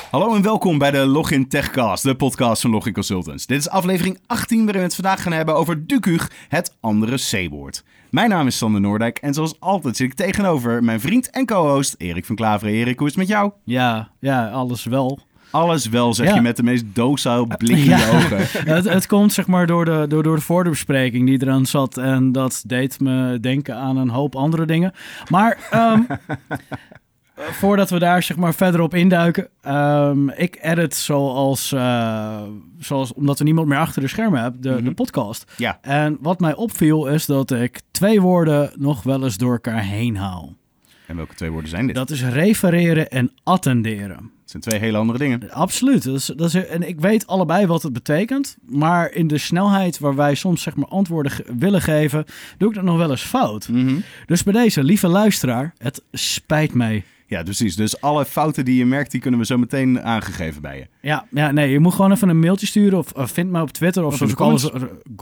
Hallo en welkom bij de Login Techcast, de podcast van Login Consultants. Dit is aflevering 18 waarin we het vandaag gaan hebben over DUQuG, het andere C-woord. Mijn naam is Sander Noordijk en zoals altijd zit ik tegenover mijn vriend en co-host Erik van Klaveren. Erik, hoe is het met jou? Ja, alles wel. Alles wel, zeg je met de meest docile blik in je ogen. Het komt zeg maar door de voorbespreking die eraan zat. En dat deed me denken aan een hoop andere dingen. Maar voordat we daar zeg maar verder op induiken. Ik edit zoals omdat we niemand meer achter de schermen hebben, de podcast. Ja. En wat mij opviel is dat ik 2 woorden nog wel eens door elkaar heen haal. En welke 2 woorden zijn dit? Dat is refereren en attenderen. Het zijn 2 hele andere dingen. Absoluut. En ik weet allebei wat het betekent. Maar in de snelheid waar wij soms zeg maar antwoorden willen geven, doe ik dat nog wel eens fout. Mm-hmm. Dus bij deze, lieve luisteraar, het spijt mij. Ja, precies. Dus alle fouten die je merkt, die kunnen we zo meteen aangegeven bij je. Nee, je moet gewoon even een mailtje sturen of vind mij op Twitter of zoals ik alles.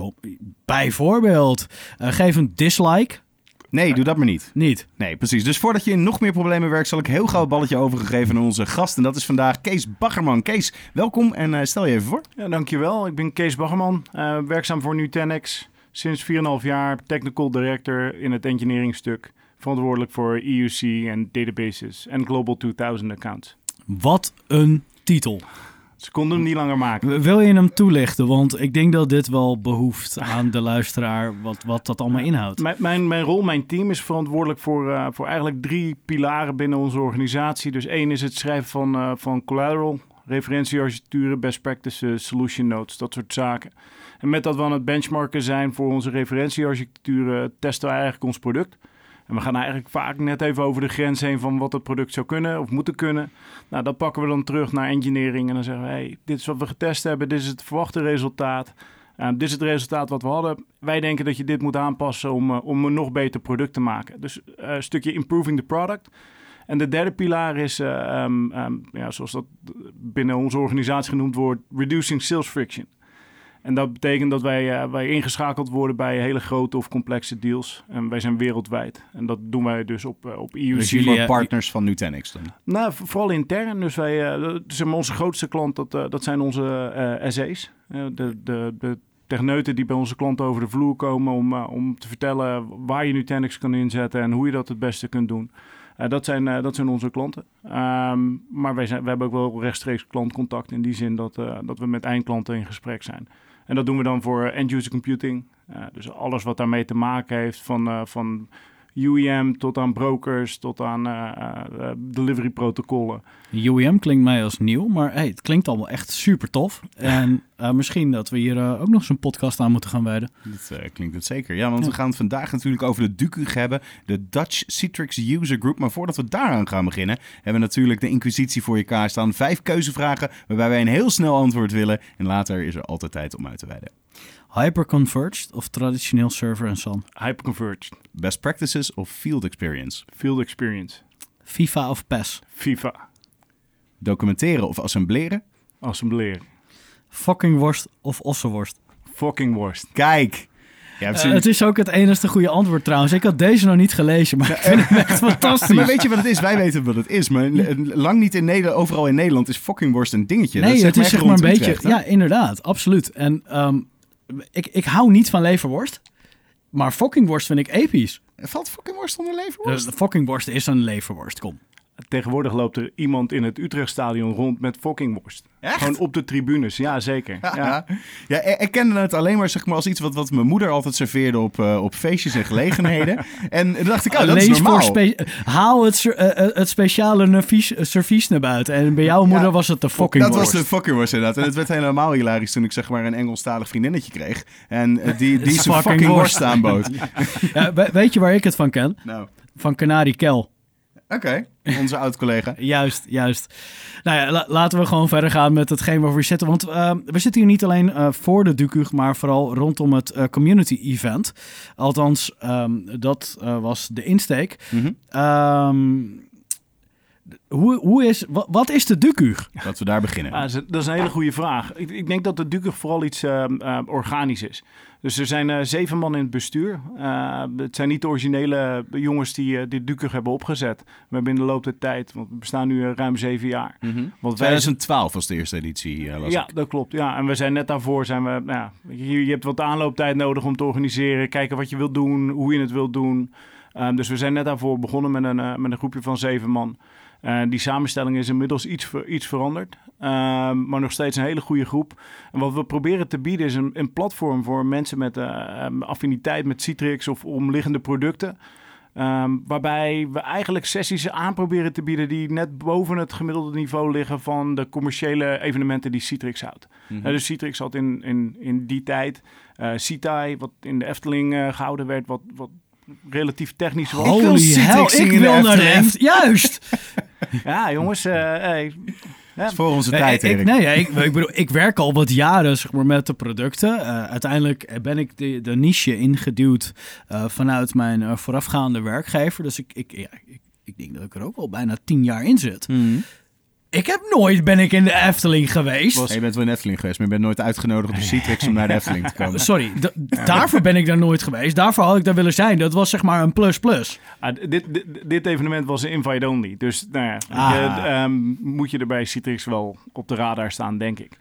Bijvoorbeeld, geef een dislike. Nee, doe dat maar niet. Nee, precies. Dus voordat je in nog meer problemen werkt, zal ik heel gauw het balletje overgegeven aan onze gast. En dat is vandaag Kees Baggerman. Kees, welkom en stel je even voor. Ja, dankjewel. Ik ben Kees Baggerman, werkzaam voor Nutanix. Sinds 4,5 jaar technical director in het engineering stuk. Verantwoordelijk voor EUC en databases en Global 2000 accounts. Wat een titel. Ze konden hem niet langer maken. Wil je hem toelichten? Want ik denk dat dit wel behoeft aan de luisteraar wat dat allemaal inhoudt. Mijn rol, mijn team is verantwoordelijk voor eigenlijk 3 pilaren binnen onze organisatie. Dus 1 is het schrijven van collateral, referentiearchitecturen, best practices, solution notes, dat soort zaken. En met dat we aan het benchmarken zijn voor onze referentiearchitecturen, testen we eigenlijk ons product. En we gaan eigenlijk vaak net even over de grens heen van wat het product zou kunnen of moeten kunnen. Nou, dat pakken we dan terug naar engineering en dan zeggen we, hey, dit is wat we getest hebben, dit is het verwachte resultaat. Dit is het resultaat wat we hadden. Wij denken dat je dit moet aanpassen om een nog beter product te maken. Dus een stukje improving the product. En de derde pilaar is, zoals dat binnen onze organisatie genoemd wordt, reducing sales friction. En dat betekent dat wij ingeschakeld worden bij hele grote of complexe deals. En wij zijn wereldwijd. En dat doen wij dus op EUC. Dus jullie partners van Nutanix dan? Nou, vooral intern. Dus onze grootste klant, dat zijn onze SE's. De techneuten die bij onze klanten over de vloer komen om te vertellen waar je Nutanix kan inzetten en hoe je dat het beste kunt doen. Dat zijn onze klanten. Maar we hebben ook wel rechtstreeks klantcontact in die zin dat we met eindklanten in gesprek zijn. En dat doen we dan voor end-user computing. Dus alles wat daarmee te maken heeft van UEM tot aan brokers, tot aan delivery protocollen. UEM klinkt mij als nieuw, maar het klinkt allemaal echt super tof. En misschien dat we hier ook nog eens een podcast aan moeten gaan wijden. Dat klinkt het zeker. Ja, want we gaan het vandaag natuurlijk over de DUQuG hebben, de Dutch Citrix User Group. Maar voordat we daaraan gaan beginnen, hebben we natuurlijk de Inquisitie voor je klaarstaan. 5 keuzevragen waarbij wij een heel snel antwoord willen. En later is er altijd tijd om uit te wijden. Hyperconverged of traditioneel server en SAN? Hyperconverged. Best practices of field experience? Field experience. FIFA of PES? FIFA. Documenteren of assembleren? Assembleren. Fucking worst of ossenworst? Fucking worst. Kijk! Ja, het is ook het enige goede antwoord trouwens. Ik had deze nog niet gelezen, maar ik vind hem echt fantastisch. Maar weet je wat het is? Wij weten wat het is. Maar lang niet overal in Nederland is fucking worst een dingetje. Nee, het is zeg maar een beetje... Utrecht, ja, inderdaad. Absoluut. En ik hou niet van leverworst. Maar fucking worst vind ik episch. Valt fucking worst onder leverworst? De fucking worst is een leverworst, kom. Tegenwoordig loopt er iemand in het Utrechtstadion rond met fucking worst. Echt? Gewoon op de tribunes, ja zeker. Ja, ik kende het alleen maar, zeg maar als iets wat mijn moeder altijd serveerde op feestjes en gelegenheden. En dan dacht ik, dat is normaal. Haal het speciale servies naar buiten. En bij jouw moeder was het de fucking worst. Dat was de fucking worst inderdaad. En het werd helemaal hilarisch toen ik zeg maar een Engelstalig vriendinnetje kreeg. En die zijn fucking worst aanbood. Ja, weet je waar ik het van ken? Nou. Van Canary Kel. Oké, onze oud-collega. Juist. Nou ja, laten we gewoon verder gaan met hetgeen waar we zitten. Want we zitten hier niet alleen voor de DUQuG, maar vooral rondom het community event. Althans, dat was de insteek. Mm-hmm. Wat is de DUCUG? Laten we daar beginnen. Dat is een hele goede vraag. Ik denk dat de DUCUG vooral iets organisch is. Dus er zijn 7 man in het bestuur. Het zijn niet de originele jongens die de DUCUG hebben opgezet. We hebben in de loop der tijd, want we bestaan nu ruim 7 jaar. Mm-hmm. Want 2012 was de eerste editie, dat klopt. Ja. En we zijn net daarvoor, je hebt wat aanlooptijd nodig om te organiseren. Kijken wat je wilt doen, hoe je het wilt doen. Dus we zijn net daarvoor begonnen met een groepje van 7 man. Die samenstelling is inmiddels iets veranderd. Maar nog steeds een hele goede groep. En wat we proberen te bieden is een platform voor mensen met affiniteit met Citrix of omliggende producten. Waarbij we eigenlijk sessies aan proberen te bieden die net boven het gemiddelde niveau liggen van de commerciële evenementen die Citrix houdt. Mm-hmm. Dus Citrix had in die tijd CITAI, wat in de Efteling gehouden werd, wat relatief technisch was. Holy hell, ik wil naar de Efteling. Juist! Ja, jongens. Het is voor onze tijd, Erik. Ik bedoel, ik werk al wat jaren zeg maar, met de producten. Uiteindelijk ben ik de niche ingeduwd vanuit mijn voorafgaande werkgever. Dus ik denk dat ik er ook wel bijna 10 jaar in zit. Mm-hmm. Ben ik in de Efteling geweest. Je bent wel in de Efteling geweest, maar je bent nooit uitgenodigd door Citrix om naar de Efteling te komen. Sorry, daarvoor ben ik daar nooit geweest. Daarvoor had ik daar willen zijn. Dat was zeg maar een plus. Dit evenement was een invite only. Dus moet je er bij Citrix wel op de radar staan, denk ik.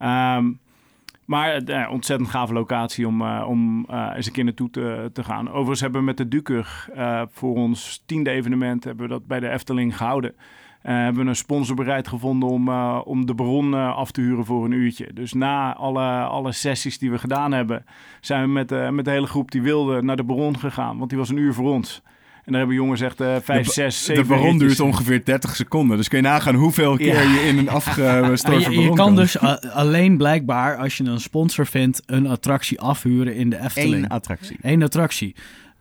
Maar ontzettend gave locatie om eens een keer naartoe te gaan. Overigens hebben we met de DUCUG voor ons 10e evenement hebben we dat bij de Efteling gehouden. Hebben we een sponsor bereid gevonden om de Baron af te huren voor een uurtje. Dus na alle sessies die we gedaan hebben, zijn we met de hele groep die wilde naar de Baron gegaan. Want die was een uur voor ons. En daar hebben jongens echt 5, 6, 7 De Baron duurt ongeveer 30 seconden. Dus kun je nagaan hoeveel keer je in een afgestorven Baron Je kan dus alleen blijkbaar, als je een sponsor vindt, een attractie afhuren in de Efteling. Eén attractie.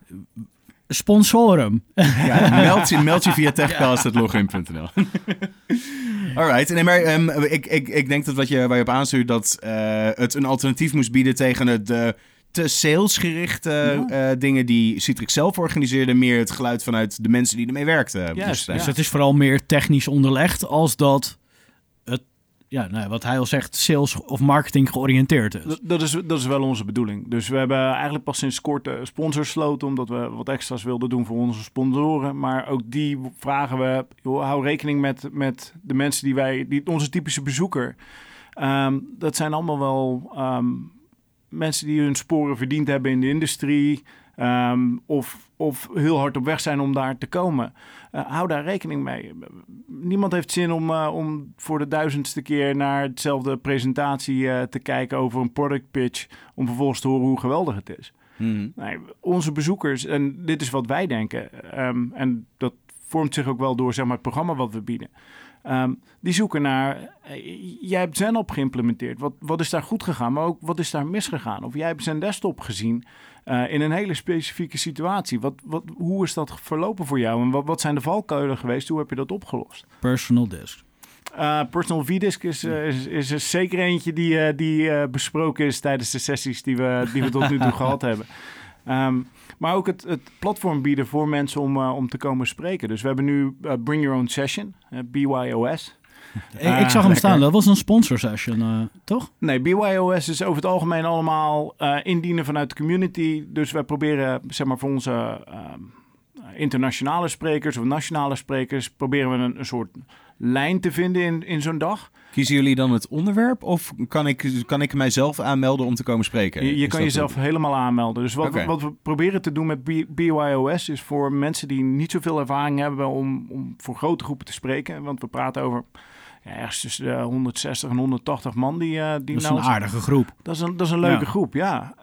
Sponsorum. Ja, meld je via techcast.login.nl. Alright. Nee, maar ik denk dat waar je op aanstuurt, dat het een alternatief moest bieden tegen de te salesgerichte dingen die Citrix zelf organiseerde. Meer het geluid vanuit de mensen die ermee werkten. Dus het is vooral meer technisch onderlegd als dat het, wat hij al zegt, sales of marketing georiënteerd is. Dat is wel onze bedoeling. Dus we hebben eigenlijk pas sinds kort sponsors gesloten, omdat we wat extra's wilden doen voor onze sponsoren. Maar ook die vragen we, hou rekening met de mensen die onze typische bezoeker. Dat zijn allemaal wel mensen die hun sporen verdiend hebben in de industrie. Of heel hard op weg zijn om daar te komen. Hou daar rekening mee. Niemand heeft zin om voor de 1000ste keer naar hetzelfde presentatie te kijken over een product pitch, om vervolgens te horen hoe geweldig het is. Mm-hmm. Nee, onze bezoekers, en dit is wat wij denken, en dat vormt zich ook wel door zeg maar, het programma wat we bieden. Die zoeken naar, jij hebt Zen op geïmplementeerd. Wat is daar goed gegaan, maar ook wat is daar misgegaan? Of jij hebt Zen Desktop gezien in een hele specifieke situatie. Hoe is dat verlopen voor jou? En wat zijn de valkuilen geweest? Hoe heb je dat opgelost? Personal Disk. Personal V-Disk is er zeker eentje die besproken is tijdens de sessies die we tot nu toe gehad hebben. Maar ook het platform bieden voor mensen om te komen spreken. Dus we hebben nu Bring Your Own Session, BYOS. Ik zag hem staan, dat was een sponsor session, toch? Nee, BYOS is over het algemeen allemaal indienen vanuit de community. Dus wij proberen, zeg maar, voor onze internationale sprekers of nationale sprekers, proberen we een soort lijn te vinden in zo'n dag. Kiezen jullie dan het onderwerp of kan ik mijzelf aanmelden om te komen spreken? Je kan jezelf helemaal aanmelden. Dus wat we proberen te doen met BYOS is voor mensen die niet zoveel ervaring hebben om voor grote groepen te spreken. Want we praten over ergens tussen 160 en 180 man. Dat is een aardige groep. Dat is een leuke groep, ja.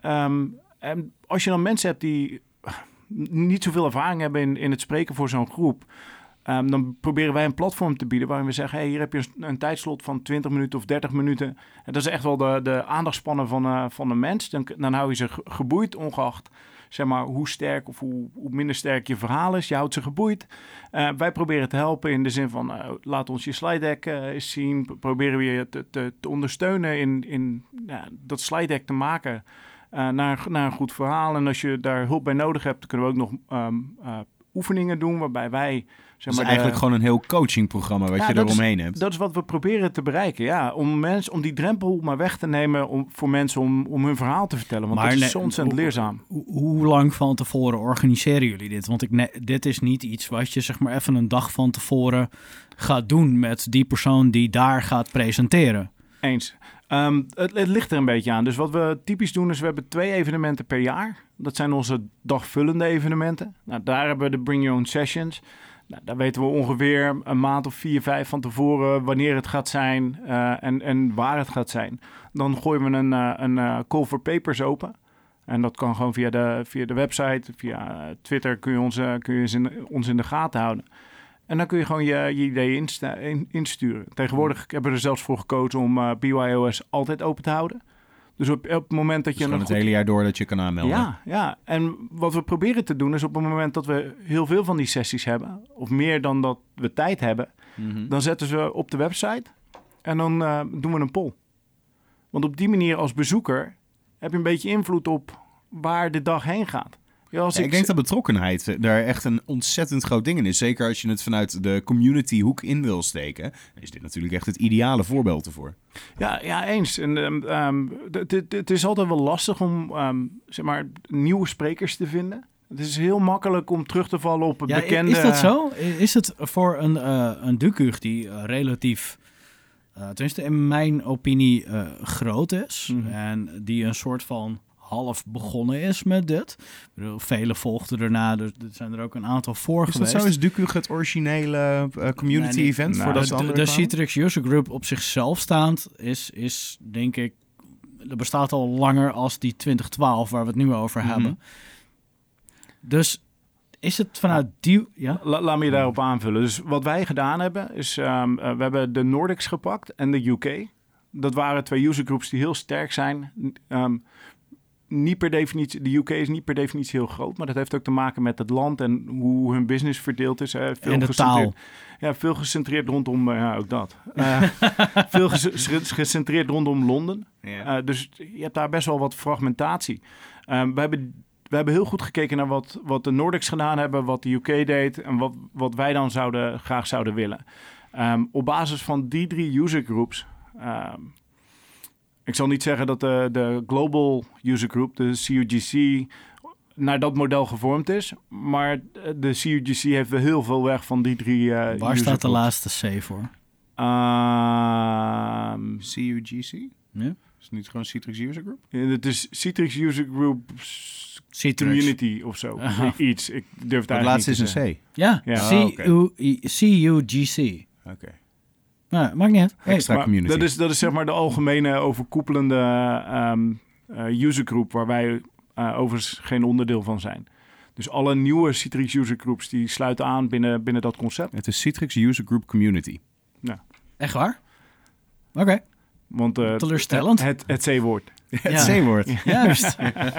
En als je dan mensen hebt die niet zoveel ervaring hebben in het spreken voor zo'n groep, dan proberen wij een platform te bieden waarin we zeggen, hey, hier heb je een tijdslot van 20 minuten of 30 minuten. En dat is echt wel de aandachtspannen van een mens. Dan hou je ze geboeid, ongeacht zeg maar, hoe sterk of hoe minder sterk je verhaal is. Je houdt ze geboeid. Wij proberen te helpen in de zin van, laat ons je slide deck eens zien. Proberen we je te ondersteunen in dat slide deck te maken naar een goed verhaal. En als je daar hulp bij nodig hebt, kunnen we ook nog oefeningen doen waarbij wij Dus eigenlijk gewoon een heel coachingprogramma wat je eromheen hebt. Dat is wat we proberen te bereiken. Ja, om die drempel maar weg te nemen voor mensen om hun verhaal te vertellen. Want dat is zo ontzettend leerzaam. Hoe lang van tevoren organiseren jullie dit? Want dit is niet iets wat je zeg maar even een dag van tevoren gaat doen met die persoon die daar gaat presenteren. Eens. Het ligt er een beetje aan. Dus wat we typisch doen is, we hebben 2 evenementen per jaar. Dat zijn onze dagvullende evenementen. Nou, daar hebben we de Bring Your Own Sessions. Nou, daar weten we ongeveer een maand of 4, 5 van tevoren wanneer het gaat zijn en waar het gaat zijn. Dan gooien we een call for papers open. En dat kan gewoon via de website, via Twitter kun je ons in de gaten houden. En dan kun je gewoon je ideeën insturen. Tegenwoordig hebben we er zelfs voor gekozen om BYOS altijd open te houden. Dus op het moment dat je... Dus het hele jaar door dat je kan aanmelden. Ja. En wat we proberen te doen is op het moment dat we heel veel van die sessies hebben, of meer dan dat we tijd hebben, dan zetten ze op de website en dan doen we een poll. Want op die manier als bezoeker heb je een beetje invloed op waar de dag heen gaat. Ja, ik denk dat betrokkenheid daar echt een ontzettend groot ding in is. Zeker als je het vanuit de community hoek in wil steken, is dit natuurlijk echt het ideale voorbeeld ervoor. Ja, eens. En het is altijd wel lastig om zeg maar nieuwe sprekers te vinden. Het is heel makkelijk om terug te vallen op het bekende... Is dat zo? Is het voor een DUCUG die relatief... tenminste in mijn opinie groot is en die een soort van half begonnen is met dit. Ik bedoel, vele volgden erna, dus er zijn er ook een aantal voor geweest. Is dat zo? Is DUCUG het originele community event? De Citrix User Group op zichzelf staand is denk ik, dat bestaat al langer als die 2012 waar we het nu over hebben. Dus is het vanuit die... Ja? Laat me je daarop aanvullen. Dus wat wij gedaan hebben is, we hebben de Nordics gepakt en de UK. Dat waren 2 usergroups die heel sterk zijn. Niet per definitie, de UK is niet per definitie heel groot, maar dat heeft ook te maken met het land en hoe hun business verdeeld is. Veel en de taal. Ja, veel gecentreerd rondom, ook dat. Veel gecentreerd rondom Londen. Ja. Dus je hebt daar best wel wat fragmentatie. We hebben heel goed gekeken naar wat de Nordics gedaan hebben, wat de UK deed en wat wij dan graag zouden willen. Op basis van die 3 usergroups... ik zal niet zeggen dat de Global User Group, de CUGC, naar dat model gevormd is. Maar de CUGC heeft wel heel veel weg van die 3 Waar staat de laatste C voor? CUGC? Ja. Is het niet gewoon Citrix User Group? Ja, het is Citrix User Group Community of zo. Iets. Ik durf daar. Het laatste is een C. Ja, CUGC. Oké. Nou, maakt niet uit. Extra community. Dat is zeg maar de algemene overkoepelende usergroep waar wij overigens geen onderdeel van zijn. Dus alle nieuwe Citrix usergroups die sluiten aan binnen dat concept. Het is Citrix User Group Community. Ja. Echt waar? Oké. Want teleurstellend. Het C-woord. Het C-woord. Juist.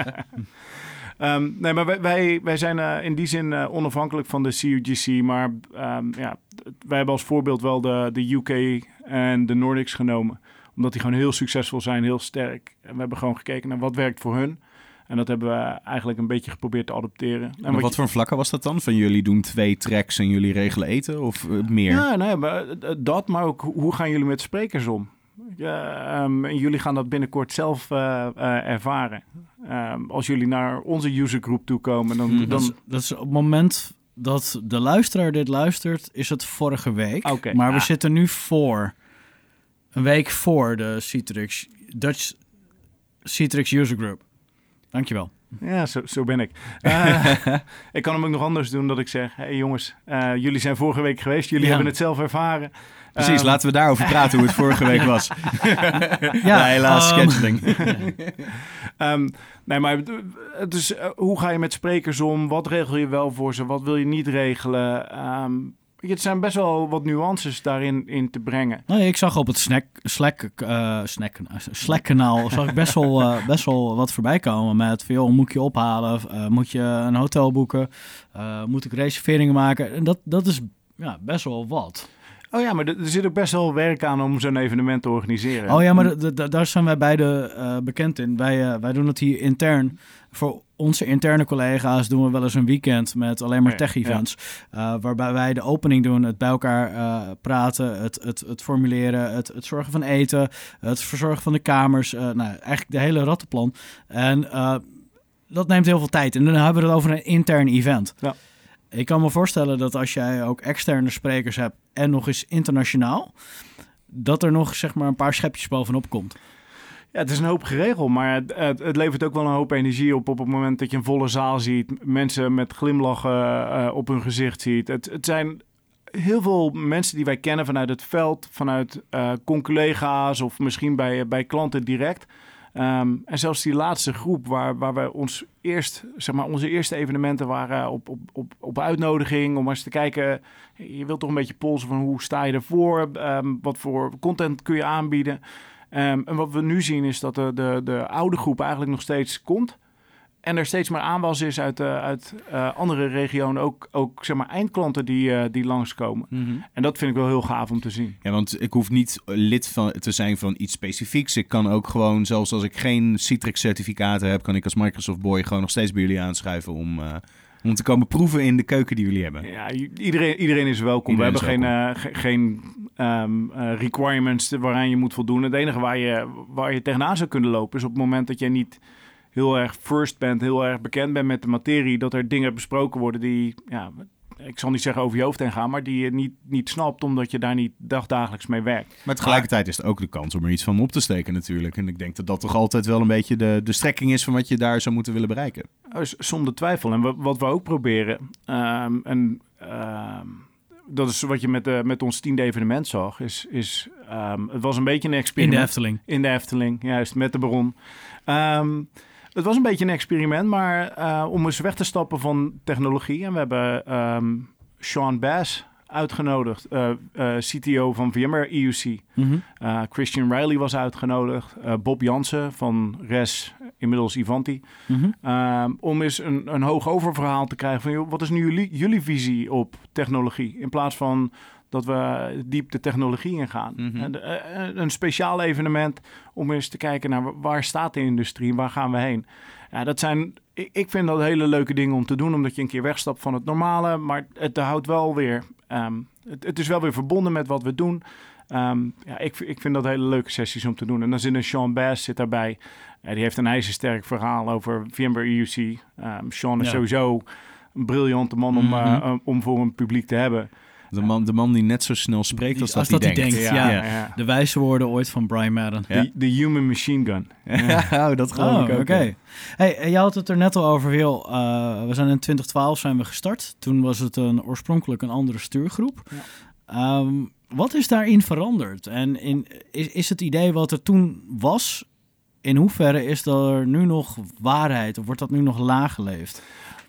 Nee, maar wij zijn in die zin onafhankelijk van de CUGC. Maar wij hebben als voorbeeld wel de UK en de Nordics genomen. Omdat die gewoon heel succesvol zijn, heel sterk. En we hebben gewoon gekeken naar wat werkt voor hun. En dat hebben we eigenlijk een beetje geprobeerd te adopteren. En wat voor vlakken was dat dan? Van jullie doen 2 tracks en jullie regelen eten of meer? Ja, nee, maar ook hoe gaan jullie met sprekers om? En jullie gaan dat binnenkort zelf ervaren. Als jullie naar onze usergroep toe komen, dan... Dat is op het moment dat de luisteraar dit luistert, is het vorige week. Okay, maar we zitten nu een week voor de Dutch Citrix User Group. Dankjewel. Ja, zo ben ik. Ik kan hem ook nog anders doen, dat ik zeg... Hey jongens, jullie zijn vorige week geweest. Jullie hebben het zelf ervaren. Precies, laten we daarover praten hoe het vorige week was. Helaas, scheduling. Nee, maar dus, hoe ga je met sprekers om? Wat regel je wel voor ze? Wat wil je niet regelen? Het zijn best wel wat nuances daarin te brengen. Nee, ik zag op het Slack-kanaal zag ik best wel wat voorbij komen met veel moet ik je ophalen, moet je een hotel boeken, moet ik reserveringen maken. En dat is best wel wat. Oh ja, maar er zit ook best wel werk aan om zo'n evenement te organiseren. Oh ja, maar daar zijn wij beide bekend in. Wij doen het hier intern. Voor onze interne collega's doen we wel eens een weekend met alleen maar tech-events. Ja. Waarbij wij de opening doen, het bij elkaar praten, het formuleren, het zorgen van eten, het verzorgen van de kamers. Eigenlijk de hele rattenplan. En dat neemt heel veel tijd. En dan hebben we het over een intern event. Ja. Ik kan me voorstellen dat als jij ook externe sprekers hebt en nog eens internationaal, dat er nog zeg maar een paar schepjes bovenop komt. Ja, het is een hoop geregeld, maar het levert ook wel een hoop energie op het moment dat je een volle zaal ziet, mensen met glimlachen op hun gezicht ziet. Het zijn heel veel mensen die wij kennen vanuit het veld, vanuit collega's of misschien bij klanten direct. En zelfs die laatste groep waar we onze eerste evenementen waren op uitnodiging om eens te kijken. Je wilt toch een beetje polsen van hoe sta je ervoor? Wat voor content kun je aanbieden? En wat we nu zien is dat de oude groep eigenlijk nog steeds komt. En er steeds meer aanwas is uit andere regionen. Ook zeg maar eindklanten die langskomen. Mm-hmm. En dat vind ik wel heel gaaf om te zien. Ja, want ik hoef niet lid te zijn van iets specifieks. Ik kan ook gewoon, zelfs als ik geen Citrix-certificaten heb, kan ik als Microsoft Boy gewoon nog steeds bij jullie aanschuiven om te komen proeven in de keuken die jullie hebben. Ja, iedereen is welkom. We hebben geen requirements waaraan je moet voldoen. Het enige waar je tegenaan zou kunnen lopen is op het moment dat jij niet heel erg first bent, heel erg bekend bent met de materie, dat er dingen besproken worden die, ik zal niet zeggen over je hoofd heen gaan, maar die je niet snapt, omdat je daar niet dagdagelijks mee werkt. Maar tegelijkertijd is het ook de kans om er iets van op te steken natuurlijk. En ik denk dat dat toch altijd wel een beetje de strekking is van wat je daar zou moeten willen bereiken. Zonder twijfel. En wat we ook proberen, dat is wat je met ons 10e evenement zag, is het was een beetje een experiment. In de Efteling, juist, met de Baron. Het was een beetje een experiment, maar om eens weg te stappen van technologie. En we hebben Sean Bass uitgenodigd, CTO van VMware EUC. Mm-hmm. Christian Riley was uitgenodigd. Bob Jansen van RES, inmiddels Ivanti. Mm-hmm. Om eens een hoog oververhaal te krijgen van, joh, wat is nu jullie visie op technologie? In plaats van dat we diep de technologie ingaan. Mm-hmm. Een speciaal evenement om eens te kijken naar waar staat de industrie, waar gaan we heen. Ja, ik vind dat hele leuke dingen om te doen, omdat je een keer wegstapt van het normale, maar het houdt wel weer, het is wel weer verbonden met wat we doen. Ik vind dat hele leuke sessies om te doen. En dan zit een Sean Bass zit daarbij. Die heeft een ijzersterk verhaal over VMware EUC. Sean is sowieso een briljante man om voor een publiek te hebben. De man die net zo snel spreekt als dat hij denkt. Ja. De wijze woorden ooit van Brian Madden. De human machine gun. Ja. Dat geloof ik ook. Okay. Hey, je had het er net al over. We zijn in 2012 zijn we gestart. Toen was het oorspronkelijk een andere stuurgroep. Ja. Wat is daarin veranderd? En is het idee wat er toen was, in hoeverre is er nu nog waarheid? Of wordt dat nu nog laag geleefd?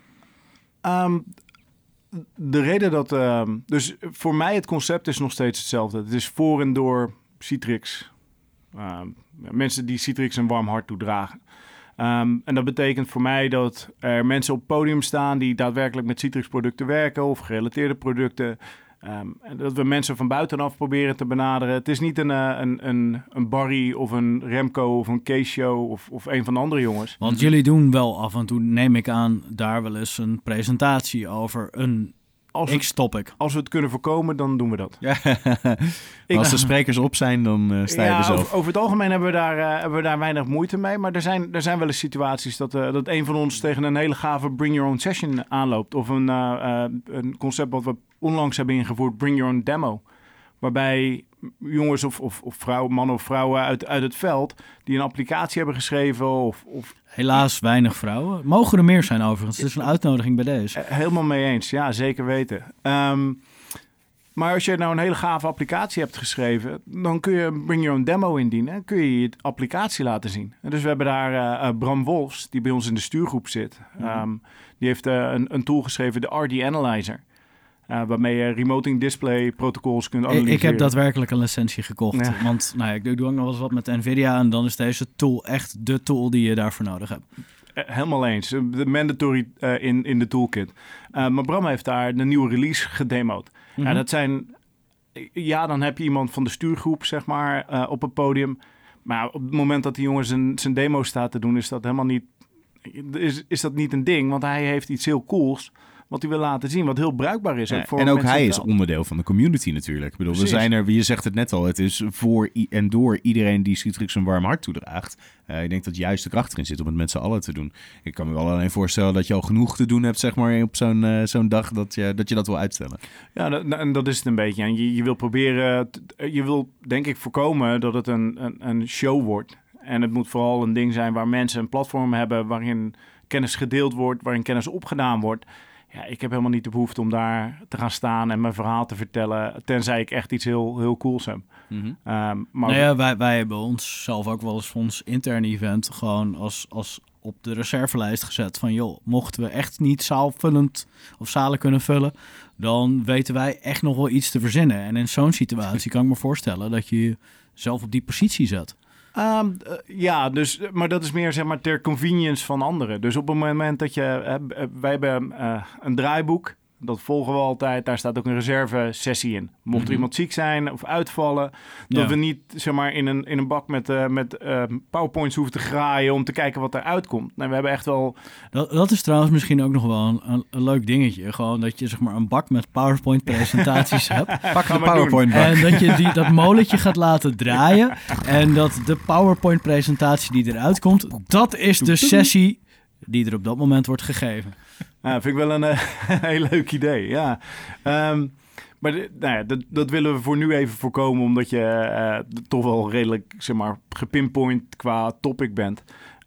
De reden dat... dus voor mij het concept is nog steeds hetzelfde. Het is voor en door Citrix. Mensen die Citrix een warm hart toedragen. En dat betekent voor mij dat er mensen op het podium staan die daadwerkelijk met Citrix producten werken of gerelateerde producten. En dat we mensen van buitenaf proberen te benaderen. Het is niet een Barry of een Remco of een Casio of een van de andere jongens. Want jullie doen wel af en toe, neem ik aan, daar wel eens een presentatie over een X-topic. Als we het kunnen voorkomen, dan doen we dat. Ja. Als de sprekers op zijn, dan sta je er zelf. Over het algemeen hebben we daar weinig moeite mee. Maar er zijn wel eens situaties dat een van ons tegen een hele gave Bring Your Own Session aanloopt. Of een concept wat we onlangs hebben ingevoerd, Bring Your Own Demo. Waarbij jongens of vrouwen, mannen of vrouwen uit het veld die een applicatie hebben geschreven of helaas weinig vrouwen. Mogen er meer zijn overigens. Het is een uitnodiging bij deze. Helemaal mee eens. Ja, zeker weten. Maar als je nou een hele gave applicatie hebt geschreven, dan kun je Bring Your Own Demo indienen. En kun je je applicatie laten zien. En dus we hebben daar Bram Wolfs, die bij ons in de stuurgroep zit. Die heeft een tool geschreven, de RD Analyzer. Waarmee je remoting display protocols kunt analyseren. Ik heb daadwerkelijk een licentie gekocht. Ja. Want ik doe ook nog wel eens wat met NVIDIA. En dan is deze tool echt de tool die je daarvoor nodig hebt. Helemaal eens. De mandatory in de toolkit. Maar Bram heeft daar de nieuwe release gedemoed. Mm-hmm. Ja, dat zijn ja, dan heb je iemand van de stuurgroep, zeg maar, op het podium. Maar op het moment dat die jongen zijn demo staat te doen, is dat helemaal niet... Is dat niet een ding? Want hij heeft iets heel cools wat hij wil laten zien, wat heel bruikbaar is. Ja, en ook hij is onderdeel van de community natuurlijk. Ik bedoel, we zijn er, je zegt het net al, het is voor en door iedereen die Citrix een warm hart toedraagt. Ik denk dat juist de kracht erin zit om het met z'n allen te doen. Ik kan me wel alleen voorstellen dat je al genoeg te doen hebt, zeg maar, op zo'n dag dat je dat wil uitstellen. Ja, en dat is het een beetje. En je wil proberen, je wil denk ik voorkomen dat het een show wordt. En het moet vooral een ding zijn waar mensen een platform hebben waarin kennis gedeeld wordt, waarin kennis opgedaan wordt. Ja, ik heb helemaal niet de behoefte om daar te gaan staan en mijn verhaal te vertellen, tenzij ik echt iets heel, heel cools heb. Mm-hmm. Maar wij hebben ons zelf ook wel eens voor ons interne event gewoon als op de reservelijst gezet van joh, mochten we echt niet zaalvullend of zalen kunnen vullen, dan weten wij echt nog wel iets te verzinnen. En in zo'n situatie kan ik me voorstellen dat je jezelf op die positie zet. Ja, dus, maar dat is meer zeg maar ter convenience van anderen. Dus op het moment dat wij hebben een draaiboek, dat volgen we altijd. Daar staat ook een reserve-sessie in. Mocht er iemand ziek zijn of uitvallen, dat we niet zeg maar in een bak met PowerPoints hoeven te graaien om te kijken wat eruit komt. Nee, we hebben echt wel... Dat is trouwens misschien ook nog wel een leuk dingetje. Gewoon dat je zeg maar een bak met PowerPoint-presentaties hebt. Pak de PowerPoint-bak. En dat je dat molentje gaat laten draaien. En dat de PowerPoint-presentatie die eruit komt, dat is de sessie die er op dat moment wordt gegeven. Ja, vind ik wel een heel leuk idee, ja. Maar dat willen we voor nu even voorkomen, omdat je toch wel redelijk, zeg maar, gepinpoint qua topic bent.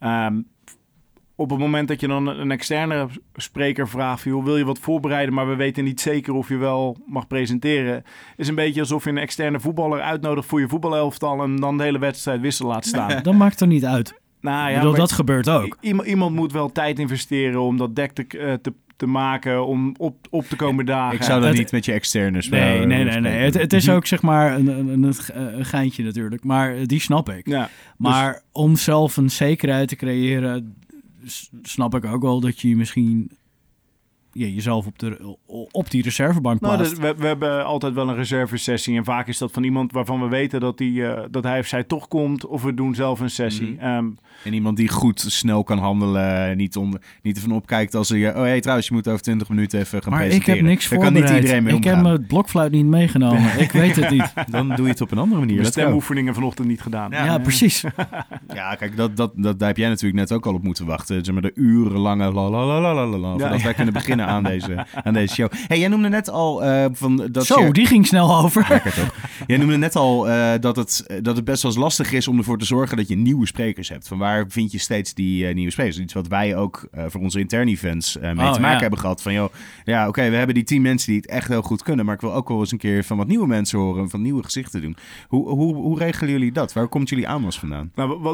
Op het moment dat je dan een externe spreker vraagt, joh, wil je wat voorbereiden, maar we weten niet zeker of je wel mag presenteren, is een beetje alsof je een externe voetballer uitnodigt voor je voetbalelftal en dan de hele wedstrijd wissel laat staan. Dat maakt er niet uit. Nou, ja, dat gebeurt ook. Iemand moet wel tijd investeren om dat dek te maken, om op te komen dagen. Ik zou dat niet met je externe spelen. Nee. Het is ook zeg maar een geintje natuurlijk, maar die snap ik. Ja, maar dus om zelf een zekerheid te creëren, snap ik ook wel dat je misschien jezelf op die reservebank plaatst. Nou, we hebben altijd wel een reservesessie. En vaak is dat van iemand waarvan we weten dat hij of zij toch komt. Of we doen zelf een sessie. En iemand die goed snel kan handelen. Niet ervan opkijkt als hij... trouwens, je moet over 20 minuten even gaan presenteren. Maar ik heb niks voorbereid. Kan niet iedereen mee omgaan. Ik heb mijn blokfluit niet meegenomen. Ik weet het niet. Dan doe je het op een andere manier. De stemoefeningen vanochtend niet gedaan. Ja, precies. Ja, kijk, daar heb jij natuurlijk net ook al op moeten wachten. Zeg maar de urenlange voordat wij kunnen beginnen aan deze show. Hey, jij noemde net al die ging snel over. Lekker toch? Jij noemde net al dat het best wel eens lastig is om ervoor te zorgen dat je nieuwe sprekers hebt. Van waar vind je steeds die nieuwe sprekers? Iets wat wij ook voor onze interne events mee te maken hebben gehad. Van we hebben die 10 mensen die het echt heel goed kunnen, maar ik wil ook wel eens een keer van wat nieuwe mensen horen, van nieuwe gezichten doen. Hoe regelen jullie dat? Waar komt jullie aanwas vandaan?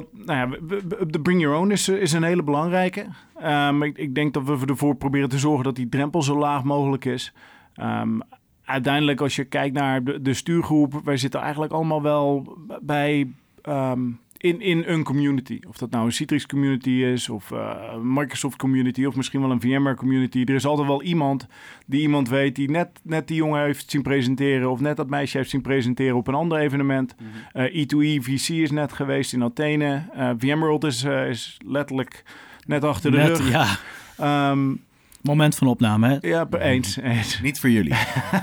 De Bring Your Own is een hele belangrijke. Ik denk dat we ervoor proberen te zorgen dat die drempel zo laag mogelijk is. Uiteindelijk, als je kijkt naar de stuurgroep, wij zitten eigenlijk allemaal wel bij in een community. Of dat nou een Citrix community is, of een Microsoft community, of misschien wel een VMware community. Er is altijd wel iemand die iemand weet die net die jongen heeft zien presenteren, of net dat meisje heeft zien presenteren op een ander evenement. E2E VC is net geweest in Athene. VMworld is letterlijk net achter de rug. Ja. Moment van opname, hè? Ja, eens. Niet voor jullie.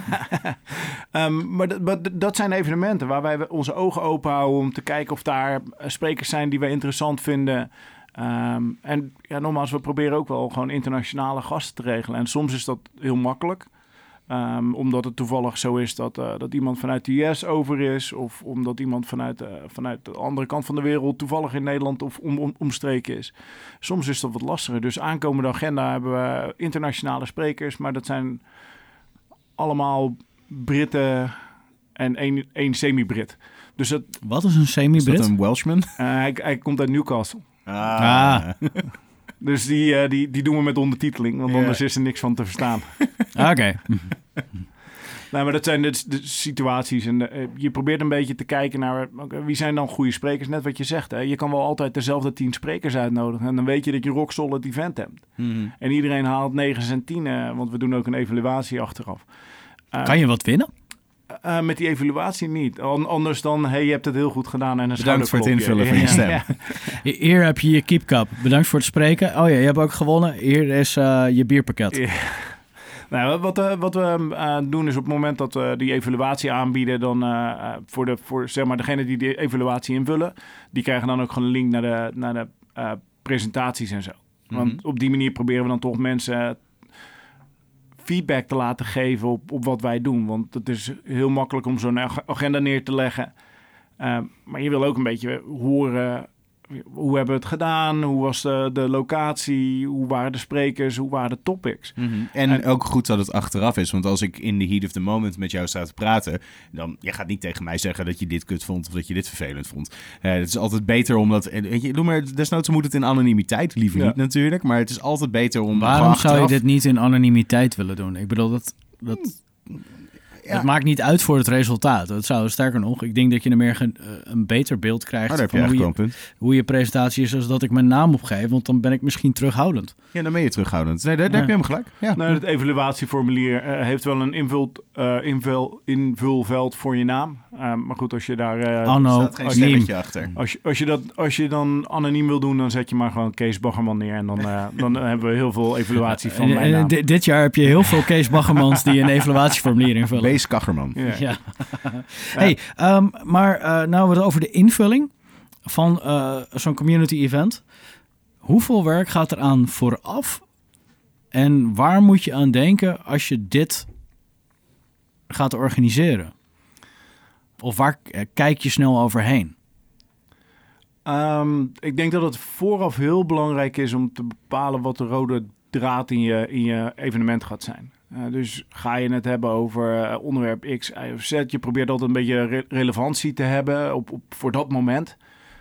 Maar dat zijn evenementen waar wij onze ogen open houden om te kijken of daar sprekers zijn die wij interessant vinden. En ja, nogmaals, we proberen ook wel gewoon internationale gasten te regelen. En soms is dat heel makkelijk. Omdat het toevallig zo is dat iemand vanuit de US over is. Of omdat iemand vanuit de andere kant van de wereld toevallig in Nederland of omstreken is. Soms is dat wat lastiger. Dus aankomende agenda hebben we internationale sprekers. Maar dat zijn allemaal Britten en één semi-Brit. Dus wat is een semi-Brit? Is dat een Welshman? Hij komt uit Newcastle. Dus die doen we met ondertiteling, want anders is er niks van te verstaan. Oké. Nou, maar dat zijn de situaties. En je probeert een beetje te kijken naar wie zijn dan goede sprekers. Net wat je zegt. Hè? Je kan wel altijd dezelfde 10 sprekers uitnodigen. En dan weet je dat je rock solid event hebt. Mm-hmm. En iedereen haalt 9 en 10. Want we doen ook een evaluatie achteraf. Kan je wat winnen? Met die evaluatie niet. Anders dan, hey, je hebt het heel goed gedaan. En een Bedankt voor het invullen van je stem. Ja. Hier heb je je keepcup. Bedankt voor het spreken. Oh ja, je hebt ook gewonnen. Hier is je bierpakket. Ja. Nou, wat we doen is op het moment dat we die evaluatie aanbieden, dan voor zeg maar degene die de evaluatie invullen, die krijgen dan ook gewoon een link naar de presentaties en zo. Want op die manier proberen we dan toch mensen feedback te laten geven op wat wij doen. Want het is heel makkelijk om zo'n agenda neer te leggen. Maar je wil ook een beetje horen, hoe hebben we het gedaan? Hoe was de locatie? Hoe waren de sprekers? Hoe waren de topics? En ook goed dat het achteraf is. Want als ik in the heat of the moment met jou sta te praten, dan je gaat niet tegen mij zeggen dat je dit kut vond of dat je dit vervelend vond. Het is altijd beter om dat... Weet je, desnoods moet het in anonimiteit. Liever niet natuurlijk. Maar het is altijd beter om... Waarom zou je dit niet in anonimiteit willen doen? Ik bedoel, dat het maakt niet uit voor het resultaat. Dat zou, sterker nog, ik denk dat je er meer een beter beeld krijgt van hoe je presentatie is, als dat ik mijn naam opgeef. Want dan ben ik misschien terughoudend. Ja, dan ben je terughoudend. Nee, daar heb je helemaal gelijk. Ja. Nou, het evaluatieformulier heeft wel een invulveld voor je naam. Maar goed, als je daar... staat geen stemmetje achter. Als je dan anoniem wil doen, dan zet je maar gewoon Kees Baggerman neer. En dan hebben we heel veel evaluatie van mijn naam. Dit jaar heb je heel veel Kees Baggermans die een evaluatieformulier invullen. Kees Kaggerman. Ja. Hey, maar nou we het over de invulling van zo'n community event. Hoeveel werk gaat er aan vooraf? En waar moet je aan denken als je dit gaat organiseren? Of waar kijk je snel overheen? Ik denk dat het vooraf heel belangrijk is om te bepalen wat de rode draad in je evenement gaat zijn. Dus ga je het hebben over onderwerp X, Y of Z. Je probeert altijd een beetje relevantie te hebben voor dat moment.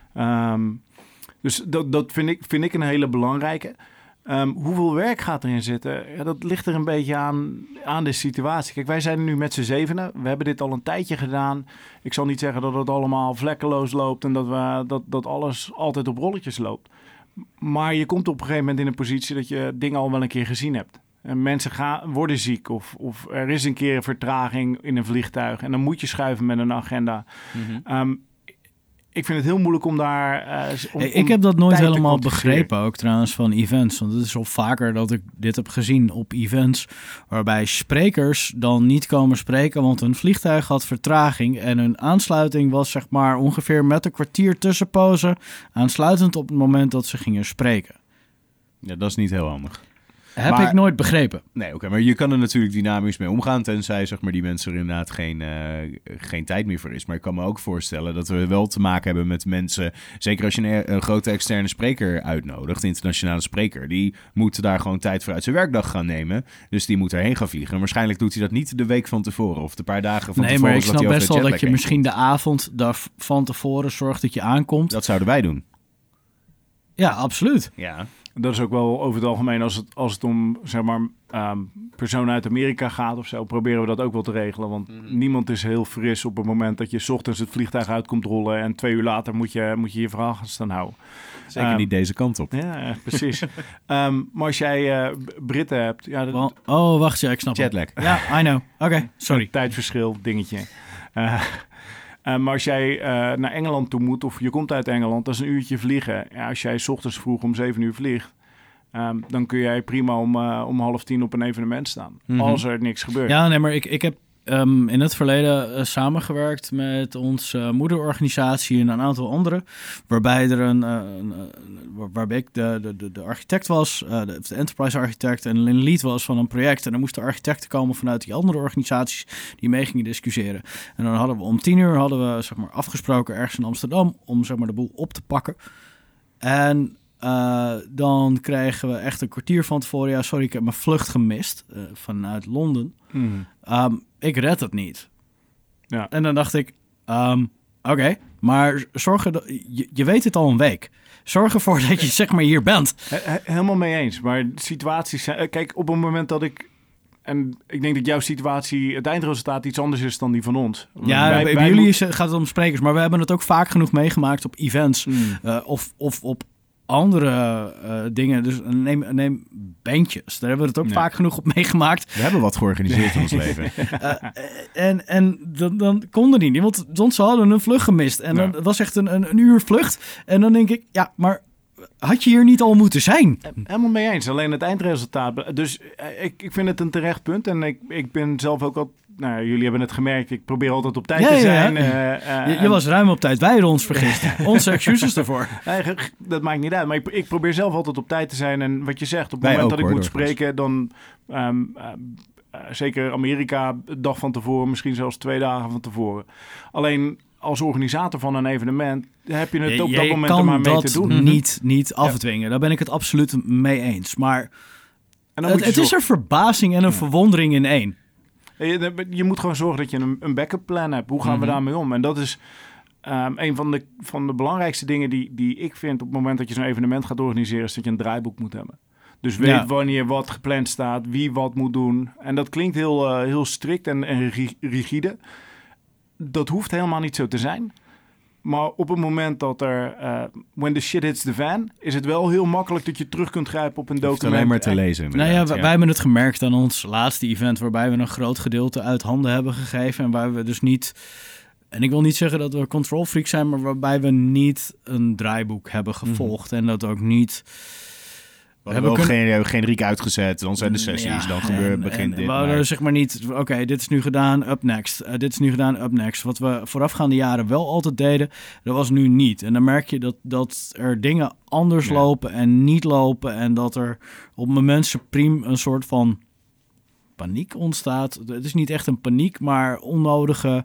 Dus dat vind ik een hele belangrijke. Hoeveel werk gaat erin zitten? Ja, dat ligt er een beetje aan de situatie. Kijk, wij zijn nu met z'n zevenen. We hebben dit al een tijdje gedaan. Ik zal niet zeggen dat het allemaal vlekkeloos loopt en dat alles altijd op rolletjes loopt. Maar je komt op een gegeven moment in een positie dat je dingen al wel een keer gezien hebt. En mensen worden ziek of er is een keer een vertraging in een vliegtuig en dan moet je schuiven met een agenda. Ik vind het heel moeilijk om daar... ik heb dat nooit helemaal begrepen, ook trouwens, van events. Want het is al vaker dat ik dit heb gezien op events, waarbij sprekers dan niet komen spreken, want een vliegtuig had vertraging en hun aansluiting was zeg maar ongeveer met een kwartier tussenpozen aansluitend op het moment dat ze gingen spreken. Ja, dat is niet heel handig. Heb ik nooit begrepen. Nee, oké, maar je kan er natuurlijk dynamisch mee omgaan, tenzij zeg maar die mensen er inderdaad geen tijd meer voor is. Maar ik kan me ook voorstellen dat we wel te maken hebben met mensen, zeker als je een grote externe spreker uitnodigt, een internationale spreker, die moet daar gewoon tijd voor uit zijn werkdag gaan nemen. Dus die moet erheen gaan vliegen. En waarschijnlijk doet hij dat niet de week van tevoren of de paar dagen van tevoren. Nee, maar ik snap best wel dat je misschien de avond daar van tevoren zorgt dat je aankomt. Dat zouden wij doen. Ja, absoluut. Ja. Dat is ook wel over het algemeen, als het om zeg maar personen uit Amerika gaat of zo, proberen we dat ook wel te regelen. Want niemand is heel fris op het moment dat je 's ochtends het vliegtuig uit komt rollen en 2 uur later moet je verhaal gaan staan houden. Zeker niet deze kant op. Ja, precies. Maar als jij Britten hebt... Ja, wacht, ja, ik snap Jetlag. het. Ja, I know. Oké, sorry. Tijdverschil, dingetje. Maar als jij naar Engeland toe moet of je komt uit Engeland, dat is een uurtje vliegen. Ja, als jij 's ochtends vroeg om 7 uur vliegt, dan kun jij prima om 9:30 op een evenement staan. Als er niks gebeurt. Ja, nee, maar ik heb in het verleden samengewerkt met onze moederorganisatie en een aantal anderen, waarbij waarbij ik de architect was, de enterprise architect en een lead was van een project. En dan moesten architecten komen vanuit die andere organisaties die mee gingen discussiëren. En dan hadden we om 10:00 zeg maar afgesproken ergens in Amsterdam om zeg maar de boel op te pakken. En dan kregen we echt een kwartier van tevoren. Ja, sorry, ik heb mijn vlucht gemist vanuit Londen. Ik red het niet. Ja. En dan dacht ik, oké, maar je weet het al een week. Zorg ervoor dat je zeg maar hier bent. Helemaal mee eens. Maar situaties zijn... Kijk, op het moment dat ik... En ik denk dat jouw situatie, het eindresultaat iets anders is dan die van ons. Ja, bij jullie gaat het om sprekers. Maar we hebben het ook vaak genoeg meegemaakt op events. Of op andere dingen. Dus neem bandjes. Daar hebben we het ook vaak genoeg op meegemaakt. We hebben wat georganiseerd in ons leven. En dan konden die niet, want ze hadden een vlucht gemist. En dan, het was echt een uur vlucht. En dan denk ik, ja, maar had je hier niet al moeten zijn? Helemaal mee eens. Alleen het eindresultaat. Dus ik vind het een terecht punt. En ik ben zelf ook al... Nou, jullie hebben het gemerkt. Ik probeer altijd op tijd te zijn. Je was ruim op tijd. Wij hadden ons vergist. Onze excuses ervoor. Dat maakt niet uit. Maar ik probeer zelf altijd op tijd te zijn. En wat je zegt, op het Wij moment ook, dat ik hoor, moet spreken... dan zeker Amerika, een dag van tevoren... misschien zelfs 2 dagen van tevoren. Alleen... als organisator van een evenement heb je het op dat moment er maar mee te doen. Je kan dat niet afdwingen. Daar ben ik het absoluut mee eens. Maar het is een verbazing en een verwondering in één. Je moet gewoon zorgen dat je een backup plan hebt. Hoe gaan we daarmee om? En dat is een van de belangrijkste dingen die ik vind... op het moment dat je zo'n evenement gaat organiseren... is dat je een draaiboek moet hebben. Dus weet wanneer wat gepland staat, wie wat moet doen. En dat klinkt heel strikt en rigide... Dat hoeft helemaal niet zo te zijn. Maar op het moment dat er... when the shit hits the fan... is het wel heel makkelijk dat je terug kunt grijpen op een document. Alleen maar te lezen. Nou ja, wij hebben het gemerkt aan ons laatste event... waarbij we een groot gedeelte uit handen hebben gegeven... en waar we dus niet... En ik wil niet zeggen dat we control freak zijn... maar waarbij we niet een draaiboek hebben gevolgd... en dat ook niet... We hebben geen generiek uitgezet, dan zijn de sessies, begint dit. We hadden zeg maar niet, oké, dit is nu gedaan, up next. Dit is nu gedaan, up next. Wat we voorafgaande jaren wel altijd deden, dat was nu niet. En dan merk je dat er dingen anders lopen en niet lopen. En dat er op het moment supreme een soort van paniek ontstaat. Het is niet echt een paniek, maar onnodige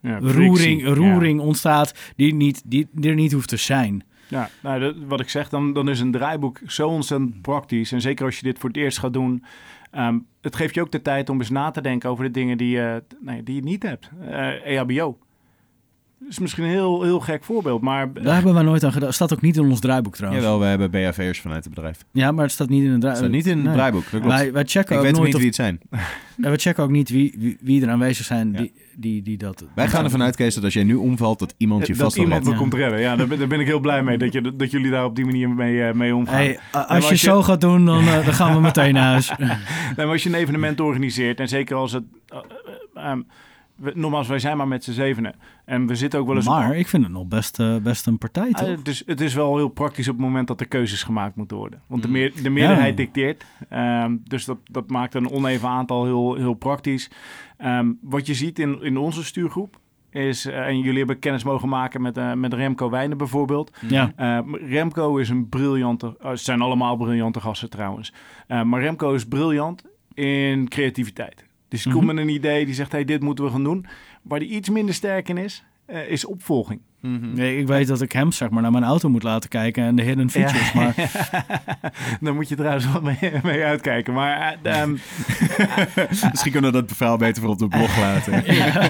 roering ontstaat die er niet hoeft te zijn. Ja, nou, wat ik zeg, dan is een draaiboek zo ontzettend praktisch. En zeker als je dit voor het eerst gaat doen. Het geeft je ook de tijd om eens na te denken over de dingen die je niet hebt. EHBO. Dat is misschien een heel gek voorbeeld, maar... Daar hebben we nooit aan gedaan. Het staat ook niet in ons draaiboek trouwens. Jawel, we hebben BHV'ers vanuit het bedrijf. Ja, maar het staat niet in het draaiboek. Het staat niet in het draaiboek, dat klopt. Wij checken ik ook weet nooit niet wie het zijn. We checken ook niet wie er aanwezig zijn die dat... Wij gaan ervan uit, Kees, dat als jij nu omvalt, dat iemand je vast dat iemand me komt redden. Ja, daar ben ik heel blij mee dat jullie daar op die manier mee omgaan. Hey, als je zo gaat doen, dan gaan we meteen naar huis. Nee, maar als je een evenement organiseert, en zeker als het... nogmaals, wij zijn maar met z'n 7. En we zitten ook wel eens... Maar ik vind het nog best een partij, toch? Het is wel heel praktisch op het moment dat er keuzes gemaakt moeten worden. Want de meerderheid dicteert. Dus dat maakt een oneven aantal heel praktisch. Wat je ziet in onze stuurgroep is... en jullie hebben kennis mogen maken met Remco Wijnen bijvoorbeeld. Ja. Remco is een briljante... het zijn allemaal briljante gasten trouwens. Maar Remco is briljant in creativiteit. Dus die komt met een idee, die zegt, hey, dit moeten we gaan doen. Waar die iets minder sterk in is opvolging. Mm-hmm. Nee, ik weet dat ik hem zeg maar naar mijn auto moet laten kijken en de hidden features. Ja. Maar... Dan moet je trouwens wel mee uitkijken. Maar misschien kunnen we dat bevel beter voor op de blog laten.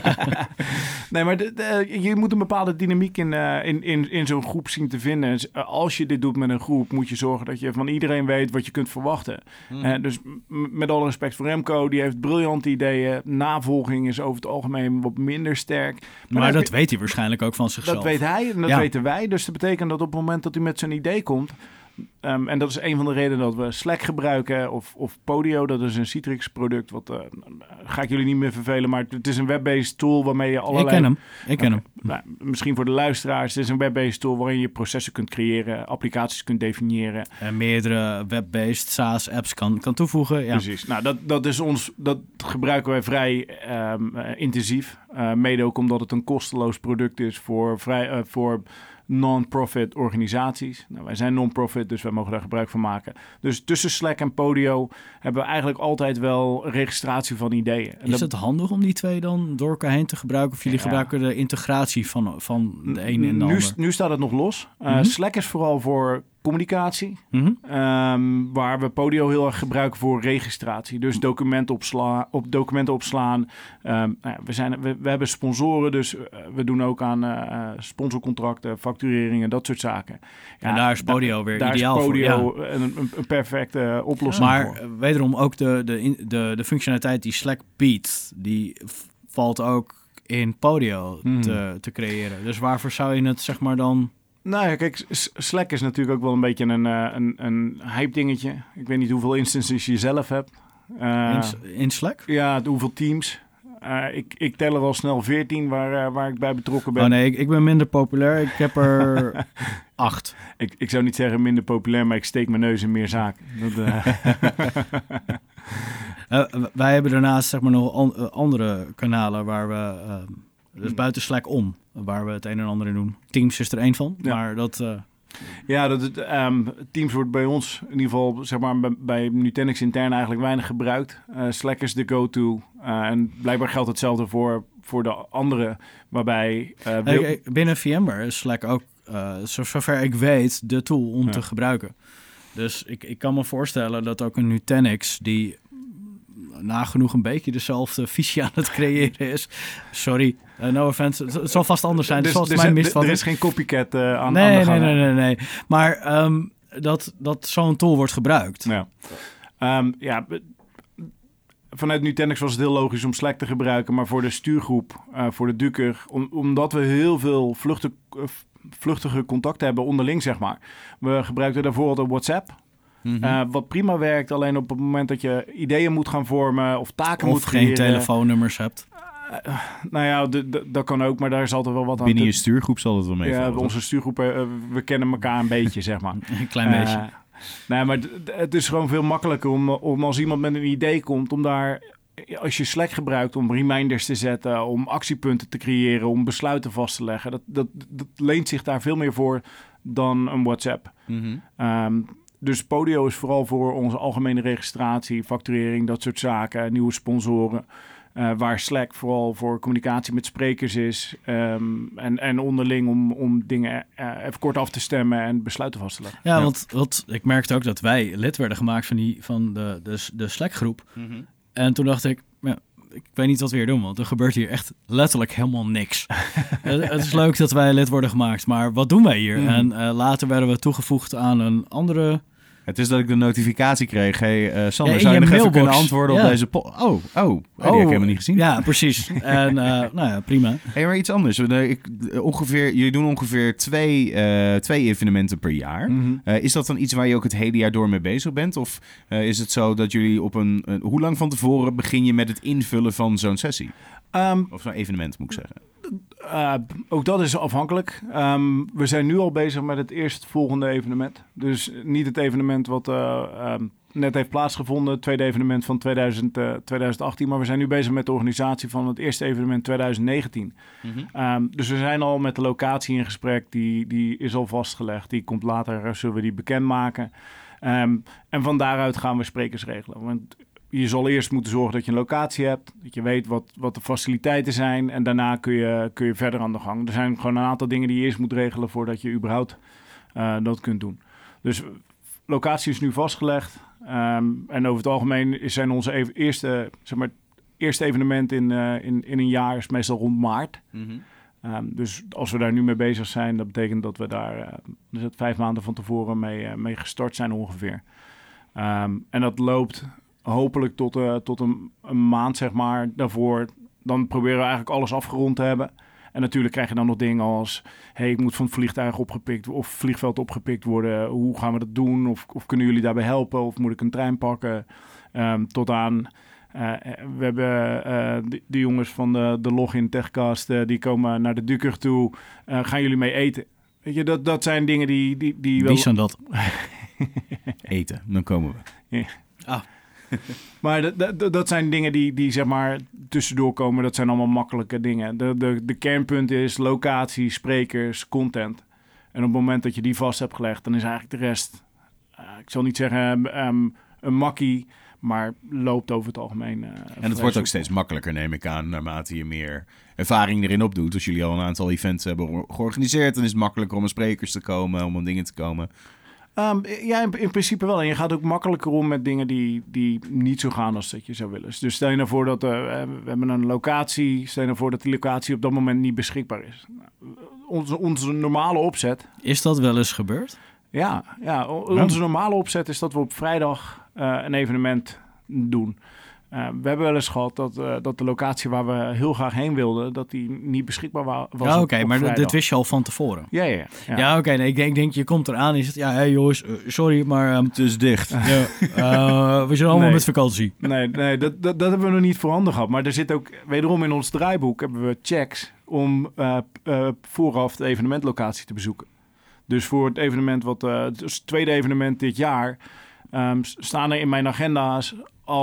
Nee, maar je moet een bepaalde dynamiek in zo'n groep zien te vinden. Dus, als je dit doet met een groep, moet je zorgen dat je van iedereen weet wat je kunt verwachten. Dus met alle respect voor Remco, die heeft briljante ideeën. Navolging is over het algemeen wat minder sterk. Maar dat weet hij waarschijnlijk ook van zichzelf. Dat weet hij en dat weten wij. Dus dat betekent dat op het moment dat hij met zijn idee komt... en dat is een van de redenen dat we Slack gebruiken of Podio. Dat is een Citrix product. Ga ik jullie niet meer vervelen, maar het is een web-based tool waarmee je allerlei... Ik ken hem. Nou, misschien voor de luisteraars. Het is een web-based tool waarin je processen kunt creëren, applicaties kunt definiëren. En meerdere web-based SaaS-apps kan toevoegen. Ja. Precies. Nou, dat gebruiken wij vrij intensief. Mede ook omdat het een kosteloos product is voor non-profit organisaties. Nou, wij zijn non-profit, dus wij mogen daar gebruik van maken. Dus tussen Slack en Podio hebben we eigenlijk altijd wel registratie van ideeën. Is het handig om die twee dan door elkaar heen te gebruiken? Of jullie gebruiken de integratie van de een en de ander? Nu staat het nog los. Slack is vooral voor communicatie. Waar we Podio heel erg gebruiken voor registratie. Dus documenten opslaan. We hebben sponsoren, dus we doen ook aan sponsorcontracten, factureringen, dat soort zaken. Ja, en daar is Podio weer ideaal voor. Daar is Podio voor, een perfecte oplossing voor. Maar wederom ook de functionaliteit die Slack biedt, die valt ook in Podio te creëren. Dus waarvoor zou je het zeg maar dan Nou ja, kijk, Slack is natuurlijk ook wel een beetje een hype dingetje. Ik weet niet hoeveel instances je zelf hebt. In Slack? Ja, hoeveel teams. Ik tel er al snel 14 waar ik bij betrokken ben. Oh nee, ik ben minder populair. Ik heb er 8. Ik zou niet zeggen minder populair, maar ik steek mijn neus in meer zaken. Wij hebben daarnaast zeg maar nog andere kanalen waar we... dus buiten Slack om, waar we het een en ander in doen. Teams is er één van, Ja. maar dat... Ja, Teams wordt bij ons in ieder geval, zeg maar, bij Nutanix intern eigenlijk weinig gebruikt. Slack is de go-to. En blijkbaar geldt hetzelfde voor de andere, waarbij... binnen VMware is Slack ook, zover ik weet, de tool om te gebruiken. Dus ik kan me voorstellen dat ook een Nutanix die nagenoeg een beetje dezelfde visie aan het creëren is. Sorry, no offense. Het zal vast anders zijn. Er is geen copycat aan de gang. Nee. Maar dat zo'n tool wordt gebruikt. Ja. Vanuit Nutanix was het heel logisch om Slack te gebruiken, maar voor de stuurgroep, voor de Duker, omdat we heel veel vluchtige contacten hebben onderling, zeg maar. We gebruikten daarvoor altijd WhatsApp. Mm-hmm. Wat prima werkt, alleen op het moment dat je ideeën moet gaan vormen of taken moet creëren. Of geen telefoonnummers hebt. Nou ja, dat kan ook, maar daar is altijd wel wat aan. Binnen je stuurgroep zal het wel meevallen. Ja, onze stuurgroep, we kennen elkaar een beetje, zeg maar. Een klein beetje. Nee, maar het is gewoon veel makkelijker om als iemand met een idee komt, om daar, als je Slack gebruikt, om reminders te zetten, om actiepunten te creëren, om besluiten vast te leggen. Dat leent zich daar veel meer voor dan een WhatsApp. Mm-hmm. Dus Podio is vooral voor onze algemene registratie, facturering, dat soort zaken, nieuwe sponsoren. Waar Slack vooral voor communicatie met sprekers is. En onderling om dingen even kort af te stemmen en besluiten vast te leggen. Ja, want ik merkte ook dat wij lid werden gemaakt van de Slack groep. Mm-hmm. En toen dacht ik, ik weet niet wat we hier doen, want er gebeurt hier echt letterlijk helemaal niks. Het is leuk dat wij lid worden gemaakt, maar wat doen wij hier? Mm. En later werden we toegevoegd aan een andere... Het is dat ik de notificatie kreeg. Hey, Sander, zou je nog even kunnen antwoorden op deze... die heb ik helemaal niet gezien. Ja, precies. En nou ja, prima. Hey, maar iets anders. Jullie doen ongeveer twee evenementen per jaar. Mm-hmm. Is dat dan iets waar je ook het hele jaar door mee bezig bent? Of is het zo dat jullie op hoe lang van tevoren begin je met het invullen van zo'n sessie? Of zo'n evenement, moet ik zeggen. Ook dat is afhankelijk. We zijn nu al bezig met het eerstvolgende evenement. Dus niet het evenement wat net heeft plaatsgevonden, het tweede evenement van 2018. Maar we zijn nu bezig met de organisatie van het eerste evenement 2019. Mm-hmm. Dus we zijn al met de locatie in gesprek. Die is al vastgelegd. Die komt later, zullen we die bekendmaken. En van daaruit gaan we sprekers regelen. Want je zal eerst moeten zorgen dat je een locatie hebt. Dat je weet wat de faciliteiten zijn. En daarna kun je verder aan de gang. Er zijn gewoon een aantal dingen die je eerst moet regelen voordat je überhaupt dat kunt doen. Dus locatie is nu vastgelegd. En over het algemeen zijn onze eerste evenement in een jaar is meestal rond maart. Mm-hmm. Dus als we daar nu mee bezig zijn, dat betekent dat we daar 5 maanden van tevoren mee gestart zijn ongeveer. En dat loopt hopelijk tot een maand, zeg maar, daarvoor. Dan proberen we eigenlijk alles afgerond te hebben. En natuurlijk krijg je dan nog dingen als... hey, ik moet van het vliegtuig opgepikt of vliegveld opgepikt worden. Hoe gaan we dat doen? Of kunnen jullie daarbij helpen? Of moet ik een trein pakken? Tot aan... we hebben de jongens van de Login Techcast... die komen naar de Duker toe. Gaan jullie mee eten? Weet je, dat zijn dingen die Wie zijn dat? Eten, dan komen we. Ja. Ah. Maar dat zijn dingen die zeg maar tussendoor komen. Dat zijn allemaal makkelijke dingen. De kernpunt is locatie, sprekers, content. En op het moment dat je die vast hebt gelegd, dan is eigenlijk de rest... ik zal niet zeggen een makkie, maar loopt over het algemeen. En het wordt ook steeds makkelijker, neem ik aan, naarmate je meer ervaring erin opdoet. Als jullie al een aantal events hebben georganiseerd, dan is het makkelijker om aan sprekers te komen, om aan dingen te komen. Ja, in principe wel. En je gaat ook makkelijker om met dingen die niet zo gaan als dat je zou willen. Dus stel je nou voor dat we hebben een locatie. Stel je nou voor dat die locatie op dat moment niet beschikbaar is. Onze normale opzet... Is dat wel eens gebeurd? Ja, onze normale opzet is dat we op vrijdag een evenement doen. We hebben wel eens gehad dat de locatie waar we heel graag heen wilden, dat die niet beschikbaar was. Ja, oké, maar vrijdag. dit wist je al van tevoren. Ja. Oké, nee, ik denk je komt eraan en je zegt, ja, hey jongens, sorry, maar Het is dicht. we zijn allemaal Nee. met vakantie. Nee, dat hebben we nog niet voorhanden gehad. Maar er zit ook, wederom in ons draaiboek, hebben we checks om vooraf de evenementlocatie te bezoeken. Dus voor het evenement, het tweede evenement dit jaar, staan er in mijn agenda's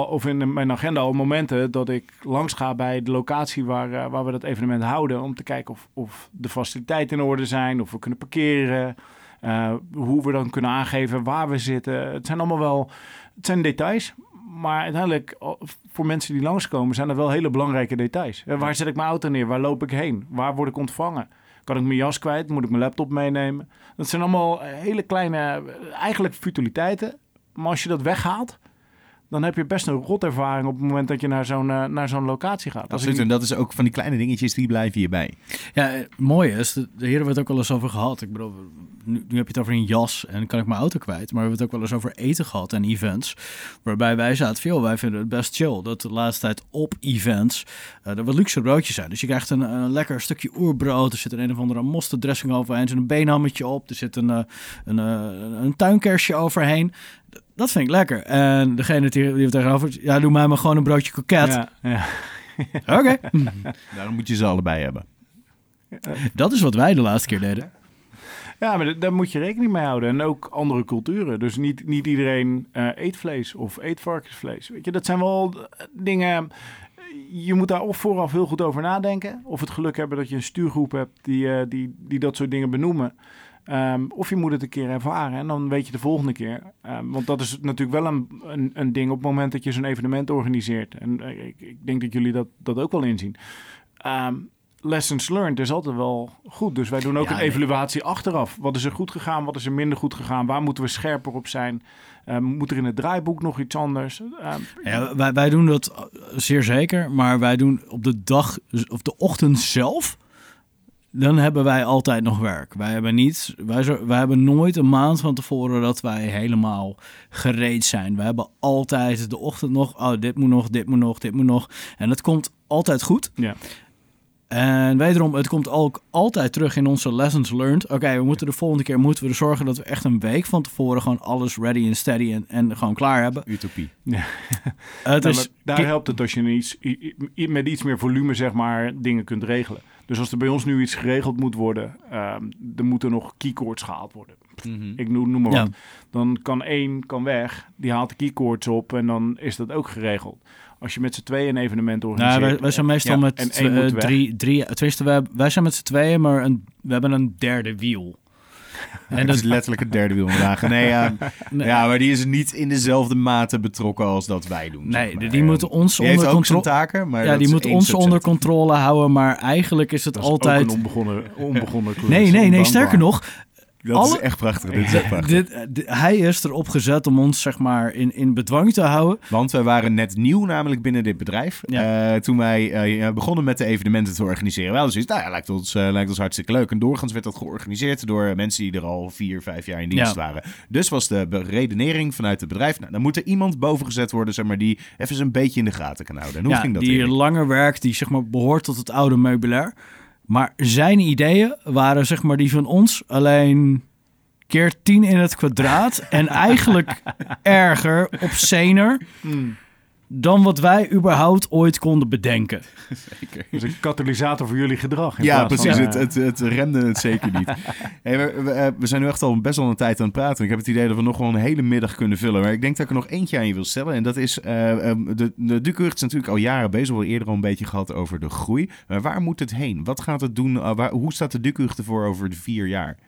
al momenten dat ik langs ga bij de locatie waar we dat evenement houden. Om te kijken of de faciliteiten in orde zijn, of we kunnen parkeren. Hoe we dan kunnen aangeven waar we zitten. Het zijn details. Maar uiteindelijk, voor mensen die langskomen, zijn er wel hele belangrijke details. Waar zet ik mijn auto neer? Waar loop ik heen? Waar word ik ontvangen? Kan ik mijn jas kwijt? Moet ik mijn laptop meenemen? Dat zijn allemaal hele kleine, eigenlijk futiliteiten. Maar als je dat weghaalt, dan heb je best een rotervaring op het moment dat je naar zo'n locatie gaat. Absoluut, en dat is ook van die kleine dingetjes die blijven hierbij. Ja, mooi is, hier hebben we het ook wel eens over gehad. Ik bedoel, nu heb je het over een jas en kan ik mijn auto kwijt. Maar we hebben het ook wel eens over eten gehad en events. Waarbij wij zaten veel, wij vinden het best chill dat de laatste tijd op events er wat luxe broodjes zijn. Dus je krijgt een lekker stukje oerbrood. Er zit een of andere mosterd-dressing overheen. Er zit een beenhammetje op. Er zit een tuinkersje overheen. Dat vind ik lekker. En degene die er tegenover, ja, doe mij maar gewoon een broodje kroket. Ja. Oké. Daarom moet je ze allebei hebben. Dat is wat wij de laatste keer deden. Ja, maar daar moet je rekening mee houden. En ook andere culturen. Dus niet iedereen eet vlees of eet varkensvlees. Weet je, dat zijn wel dingen. Je moet daar of vooraf heel goed over nadenken. Of het geluk hebben dat je een stuurgroep hebt die dat soort dingen benoemen. Of je moet het een keer ervaren en dan weet je de volgende keer. Want dat is natuurlijk wel een ding op het moment dat je zo'n evenement organiseert. En ik denk dat jullie dat ook wel inzien. Lessons learned is altijd wel goed. Dus wij doen ook een evaluatie achteraf. Wat is er goed gegaan? Wat is er minder goed gegaan? Waar moeten we scherper op zijn? Moet er in het draaiboek nog iets anders? Wij doen dat zeer zeker. Maar wij doen op de dag of de ochtend zelf, dan hebben wij altijd nog werk. Wij hebben nooit een maand van tevoren dat wij helemaal gereed zijn. We hebben altijd de ochtend nog, dit moet nog, dit moet nog, dit moet nog. En dat komt altijd goed. Ja. En wederom, het komt ook altijd terug in onze lessons learned. Oké, we moeten de volgende keer er zorgen dat we echt een week van tevoren gewoon alles ready en steady en gewoon klaar hebben. Utopie. Ja. Daar helpt het als je met iets meer volume, zeg maar, dingen kunt regelen. Dus als er bij ons nu iets geregeld moet worden, er moeten nog keycords gehaald worden. Mm-hmm. Ik noem maar wat. Dan kan één weg, die haalt de keycords op en dan is dat ook geregeld. Als je met z'n tweeën een evenement organiseert. Nou, wij zijn meestal met drie. Tenminste, wij zijn met z'n tweeën, maar we hebben een derde wiel. En dat is letterlijk het derde wiel vandaag. Nee, maar die is niet in dezelfde mate betrokken als dat wij doen. Nee, zeg maar. die moeten ons die onder controle taken, maar ja, die moeten ons onder controle houden, maar eigenlijk is het dat altijd ook een onbegonnen klus. Nee, sterker nog. Dat is echt prachtig. Dit is echt prachtig. Hij is erop gezet om ons, zeg maar, in bedwang te houden. Want wij waren net nieuw namelijk binnen dit bedrijf. Ja. Toen wij begonnen met de evenementen te organiseren. Wel, dus lijkt ons hartstikke leuk. En doorgaans werd dat georganiseerd door mensen die er al 4-5 jaar in dienst waren. Dus was de redenering vanuit het bedrijf. Nou, dan moet er iemand boven gezet worden, zeg maar, die even een beetje in de gaten kan houden. En hoe ging dat die eigenlijk? langer werkt, die, zeg maar, behoort tot het oude meubilair. Maar zijn ideeën waren, zeg maar, die van ons alleen keer 10 in het kwadraat. En eigenlijk erger, obscener dan wat wij überhaupt ooit konden bedenken. Zeker. Dus een katalysator voor jullie gedrag. Ja, precies. Het remde het zeker niet. Hey, we zijn nu echt al best wel een tijd aan het praten. Ik heb het idee dat we nog wel een hele middag kunnen vullen. Maar ik denk dat ik er nog eentje aan je wil stellen. En dat is, de Dukeurt is natuurlijk al jaren bezig. We hebben eerder al een beetje gehad over de groei. Maar waar moet het heen? Wat gaat het doen? Hoe staat de Dukeurt ervoor over de 4 jaar?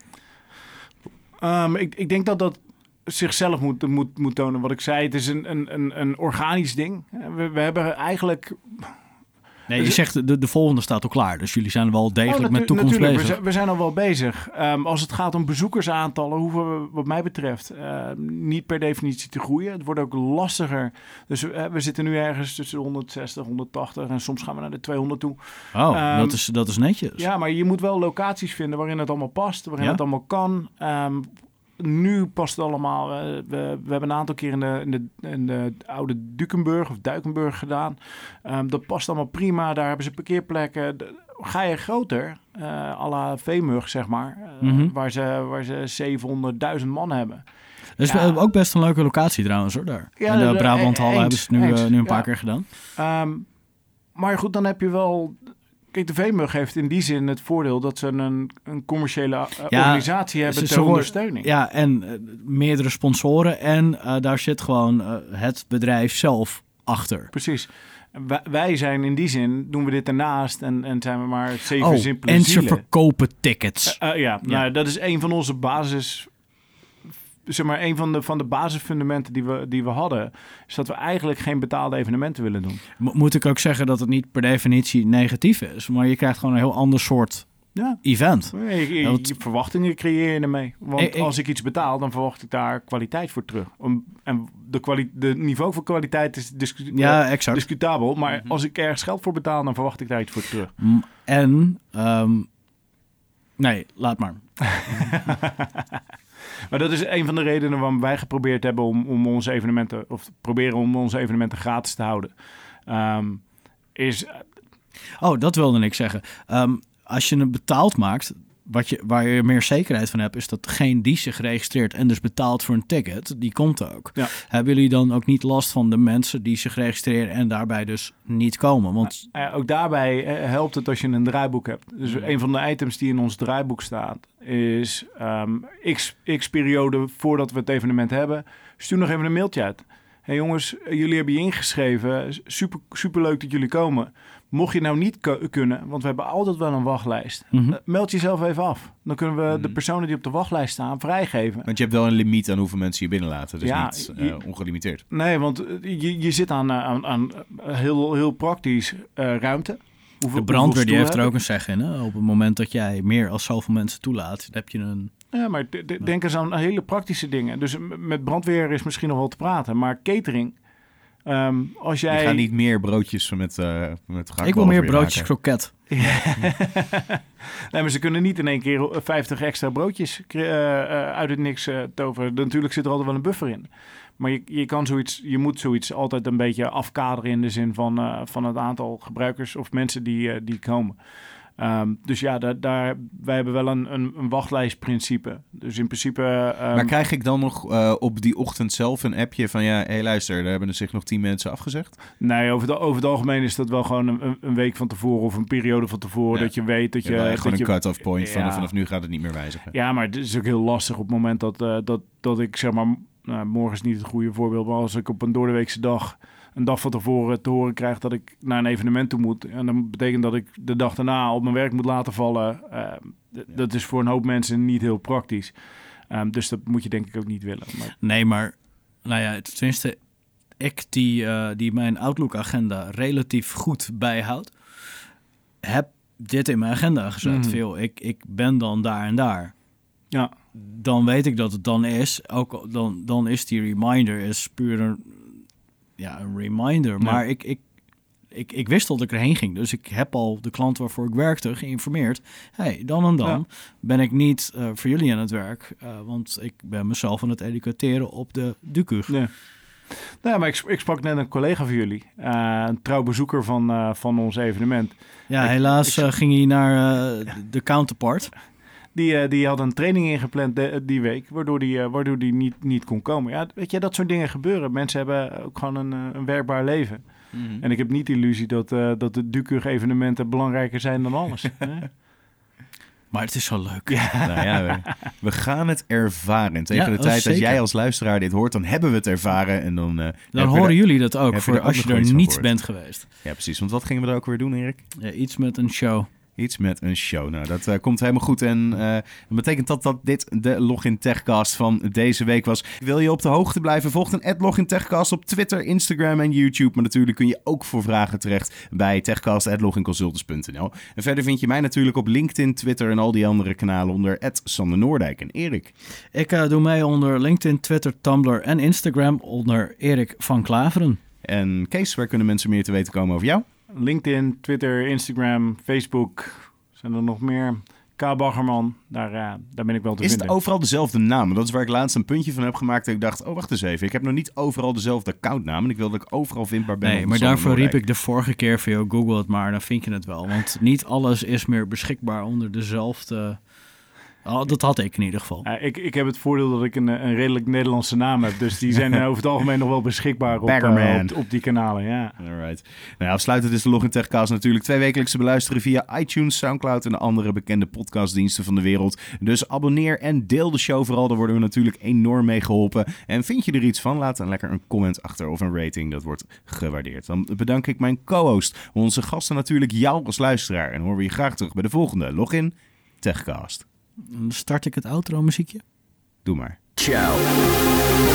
Ik denk dat zichzelf moet tonen. Wat ik zei, het is een organisch ding. We hebben eigenlijk... Nee, je zegt de volgende staat al klaar. Dus jullie zijn wel degelijk met toekomst bezig. We zijn al wel bezig. Als het gaat om bezoekersaantallen, hoeven we wat mij betreft niet per definitie te groeien. Het wordt ook lastiger. Dus we zitten nu ergens tussen de 160, 180 en soms gaan we naar de 200 toe. Oh, dat is netjes. Ja, maar je moet wel locaties vinden waarin het allemaal past, waarin het allemaal kan. nu past het allemaal. We hebben een aantal keer in de oude Duikenburg gedaan. Dat past allemaal prima. Daar hebben ze parkeerplekken. Ga je groter, à la Veemug, zeg maar, waar ze 700.000 man hebben. Dus ook best een leuke locatie trouwens, hoor, daar. Ja, in de Brabanthal hebben ze het nu een paar keer gedaan. Maar goed, dan heb je wel... Kijk, de Veemug heeft in die zin het voordeel dat ze een commerciële organisatie hebben ter ondersteuning. Ja, en meerdere sponsoren en daar zit gewoon het bedrijf zelf achter. Precies. Wij zijn in die zin, doen we dit ernaast en zijn we maar 7 simpele en zielen. ze verkopen tickets. Nou, dat is een van onze basis... Zeg maar, een van de basisfundamenten die we hadden... is dat we eigenlijk geen betaalde evenementen willen doen. Moet ik ook zeggen dat het niet per definitie negatief is... maar je krijgt gewoon een heel ander soort event. Je verwachtingen creëer je ermee. Want als ik iets betaal, dan verwacht ik daar kwaliteit voor terug. En de niveau van kwaliteit is discutabel. Maar als ik ergens geld voor betaal, dan verwacht ik daar iets voor terug. Nee, laat maar. Maar dat is een van de redenen waarom wij geprobeerd hebben om onze evenementen... of proberen om onze evenementen gratis te houden. Dat wilde ik zeggen. Als je het betaald maakt... Waar je meer zekerheid van hebt... is dat degene die zich registreert... en dus betaalt voor een ticket, die komt ook. Ja. Hebben jullie dan ook niet last van de mensen... die zich registreren en daarbij dus niet komen? Want... ook daarbij helpt het als je een draaiboek hebt. Dus een van de items die in ons draaiboek staat... is x periode voordat we het evenement hebben... stuur nog even een mailtje uit. Hey jongens, jullie hebben je ingeschreven. Super leuk dat jullie komen. Mocht je nou niet kunnen, want we hebben altijd wel een wachtlijst. Meld jezelf even af. Dan kunnen we de personen die op de wachtlijst staan vrijgeven. Want je hebt wel een limiet aan hoeveel mensen je binnenlaten. Dus niet ongelimiteerd. Nee, want je zit aan heel praktisch ruimte. De brandweer die heeft er ook een zeg in. Hè? Op het moment dat jij meer als zoveel mensen toelaat, dan heb je een... Ja, maar denk eens aan hele praktische dingen. Dus met brandweer is misschien nog wel te praten. Maar catering... als jij... Je gaat niet meer broodjes met gehaktballen. Ik wil meer broodjes kroket. Nee, maar ze kunnen niet in één keer 50 extra broodjes uit het niks toveren. Natuurlijk zit er altijd wel een buffer in. Maar je moet zoiets altijd een beetje afkaderen in de zin van het aantal gebruikers of mensen die komen. Dus ja, wij hebben wel een wachtlijstprincipe. Dus in principe... Maar krijg ik dan nog op die ochtend zelf een appje van... hey, luister, er hebben er zich nog 10 mensen afgezegd? Nee, over het algemeen is dat wel gewoon een week van tevoren... of een periode van tevoren dat je weet dat je... gewoon een cut-off point vanaf nu gaat het niet meer wijzigen. Ja, maar het is ook heel lastig op het moment dat ik zeg maar... morgen is niet het goede voorbeeld, maar als ik op een doordeweekse dag... een dag van tevoren te horen krijg dat ik naar een evenement toe moet... en dan betekent dat ik de dag daarna op mijn werk moet laten vallen... dat is voor een hoop mensen niet heel praktisch. Dus dat moet je denk ik ook niet willen. Maar... Nee, maar nou ja, tenminste... ik die mijn Outlook-agenda relatief goed bijhoud... heb dit in mijn agenda gezet. Veel. Ik ben dan daar en daar. Ja. Dan weet ik dat het dan is. Ook dan is die reminder puur een reminder. Ja. Maar ik wist dat ik erheen ging. Dus ik heb al de klant waarvoor ik werkte geïnformeerd. Hey, dan en dan ben ik niet voor jullie aan het werk. Want ik ben mezelf aan het educateren op de DUCUG. Ja. Nou, maar ik sprak net een collega van jullie. Een trouw bezoeker van ons evenement. Ja, helaas ging hij naar de counterpart. Die had een training ingepland die week, waardoor die niet kon komen. Ja, weet je, dat soort dingen gebeuren. Mensen hebben ook gewoon een werkbaar leven. En ik heb niet de illusie dat de DUCUG-evenementen belangrijker zijn dan alles. Maar het is zo leuk. Ja. Nou ja, we gaan het ervaren. Tegen de tijd dat jij als luisteraar dit hoort, dan hebben we het ervaren. En dan horen jullie dat ook, voor als je er niet bent geweest. Ja, precies. Want wat gingen we er ook weer doen, Erik? Ja, iets met een show. Iets met een show. Nou, dat komt helemaal goed. En dat betekent dat dit de Login Techcast van deze week was. Wil je op de hoogte blijven? Volg een @Login Techcast op Twitter, Instagram en YouTube. Maar natuurlijk kun je ook voor vragen terecht bij techcast@loginconsultants.nl. En verder vind je mij natuurlijk op LinkedIn, Twitter en al die andere kanalen onder @Sander Noordijk. En Erik? Ik doe mee onder LinkedIn, Twitter, Tumblr en Instagram onder Erik van Klaveren. En Kees, waar kunnen mensen meer te weten komen over jou? LinkedIn, Twitter, Instagram, Facebook. Zijn er nog meer? K. Baggerman, daar ben ik wel te Is vinden. het overal dezelfde naam? Dat is waar ik laatst een puntje van heb gemaakt. En ik dacht, wacht eens even. Ik heb nog niet overal dezelfde accountnaam. En ik wil dat ik overal vindbaar ben. Nee, maar daarvoor riep ik de vorige keer van, Google het maar, dan vind je het wel. Want niet alles is meer beschikbaar onder dezelfde... Oh, dat had ik in ieder geval. Ik heb het voordeel dat ik een redelijk Nederlandse naam heb. Dus die zijn over het algemeen nog wel beschikbaar op die kanalen. Ja. Alright. Nou, afsluitend is de Login Techcast natuurlijk 2 wekelijks te beluisteren via iTunes, Soundcloud en de andere bekende podcastdiensten van de wereld. Dus abonneer en deel de show vooral. Daar worden we natuurlijk enorm mee geholpen. En vind je er iets van? Laat dan lekker een comment achter of een rating. Dat wordt gewaardeerd. Dan bedank ik mijn co-host, onze gasten natuurlijk jou als luisteraar. En horen we je graag terug bij de volgende Login Techcast. Dan start ik het outro muziekje. Doe maar. Ciao.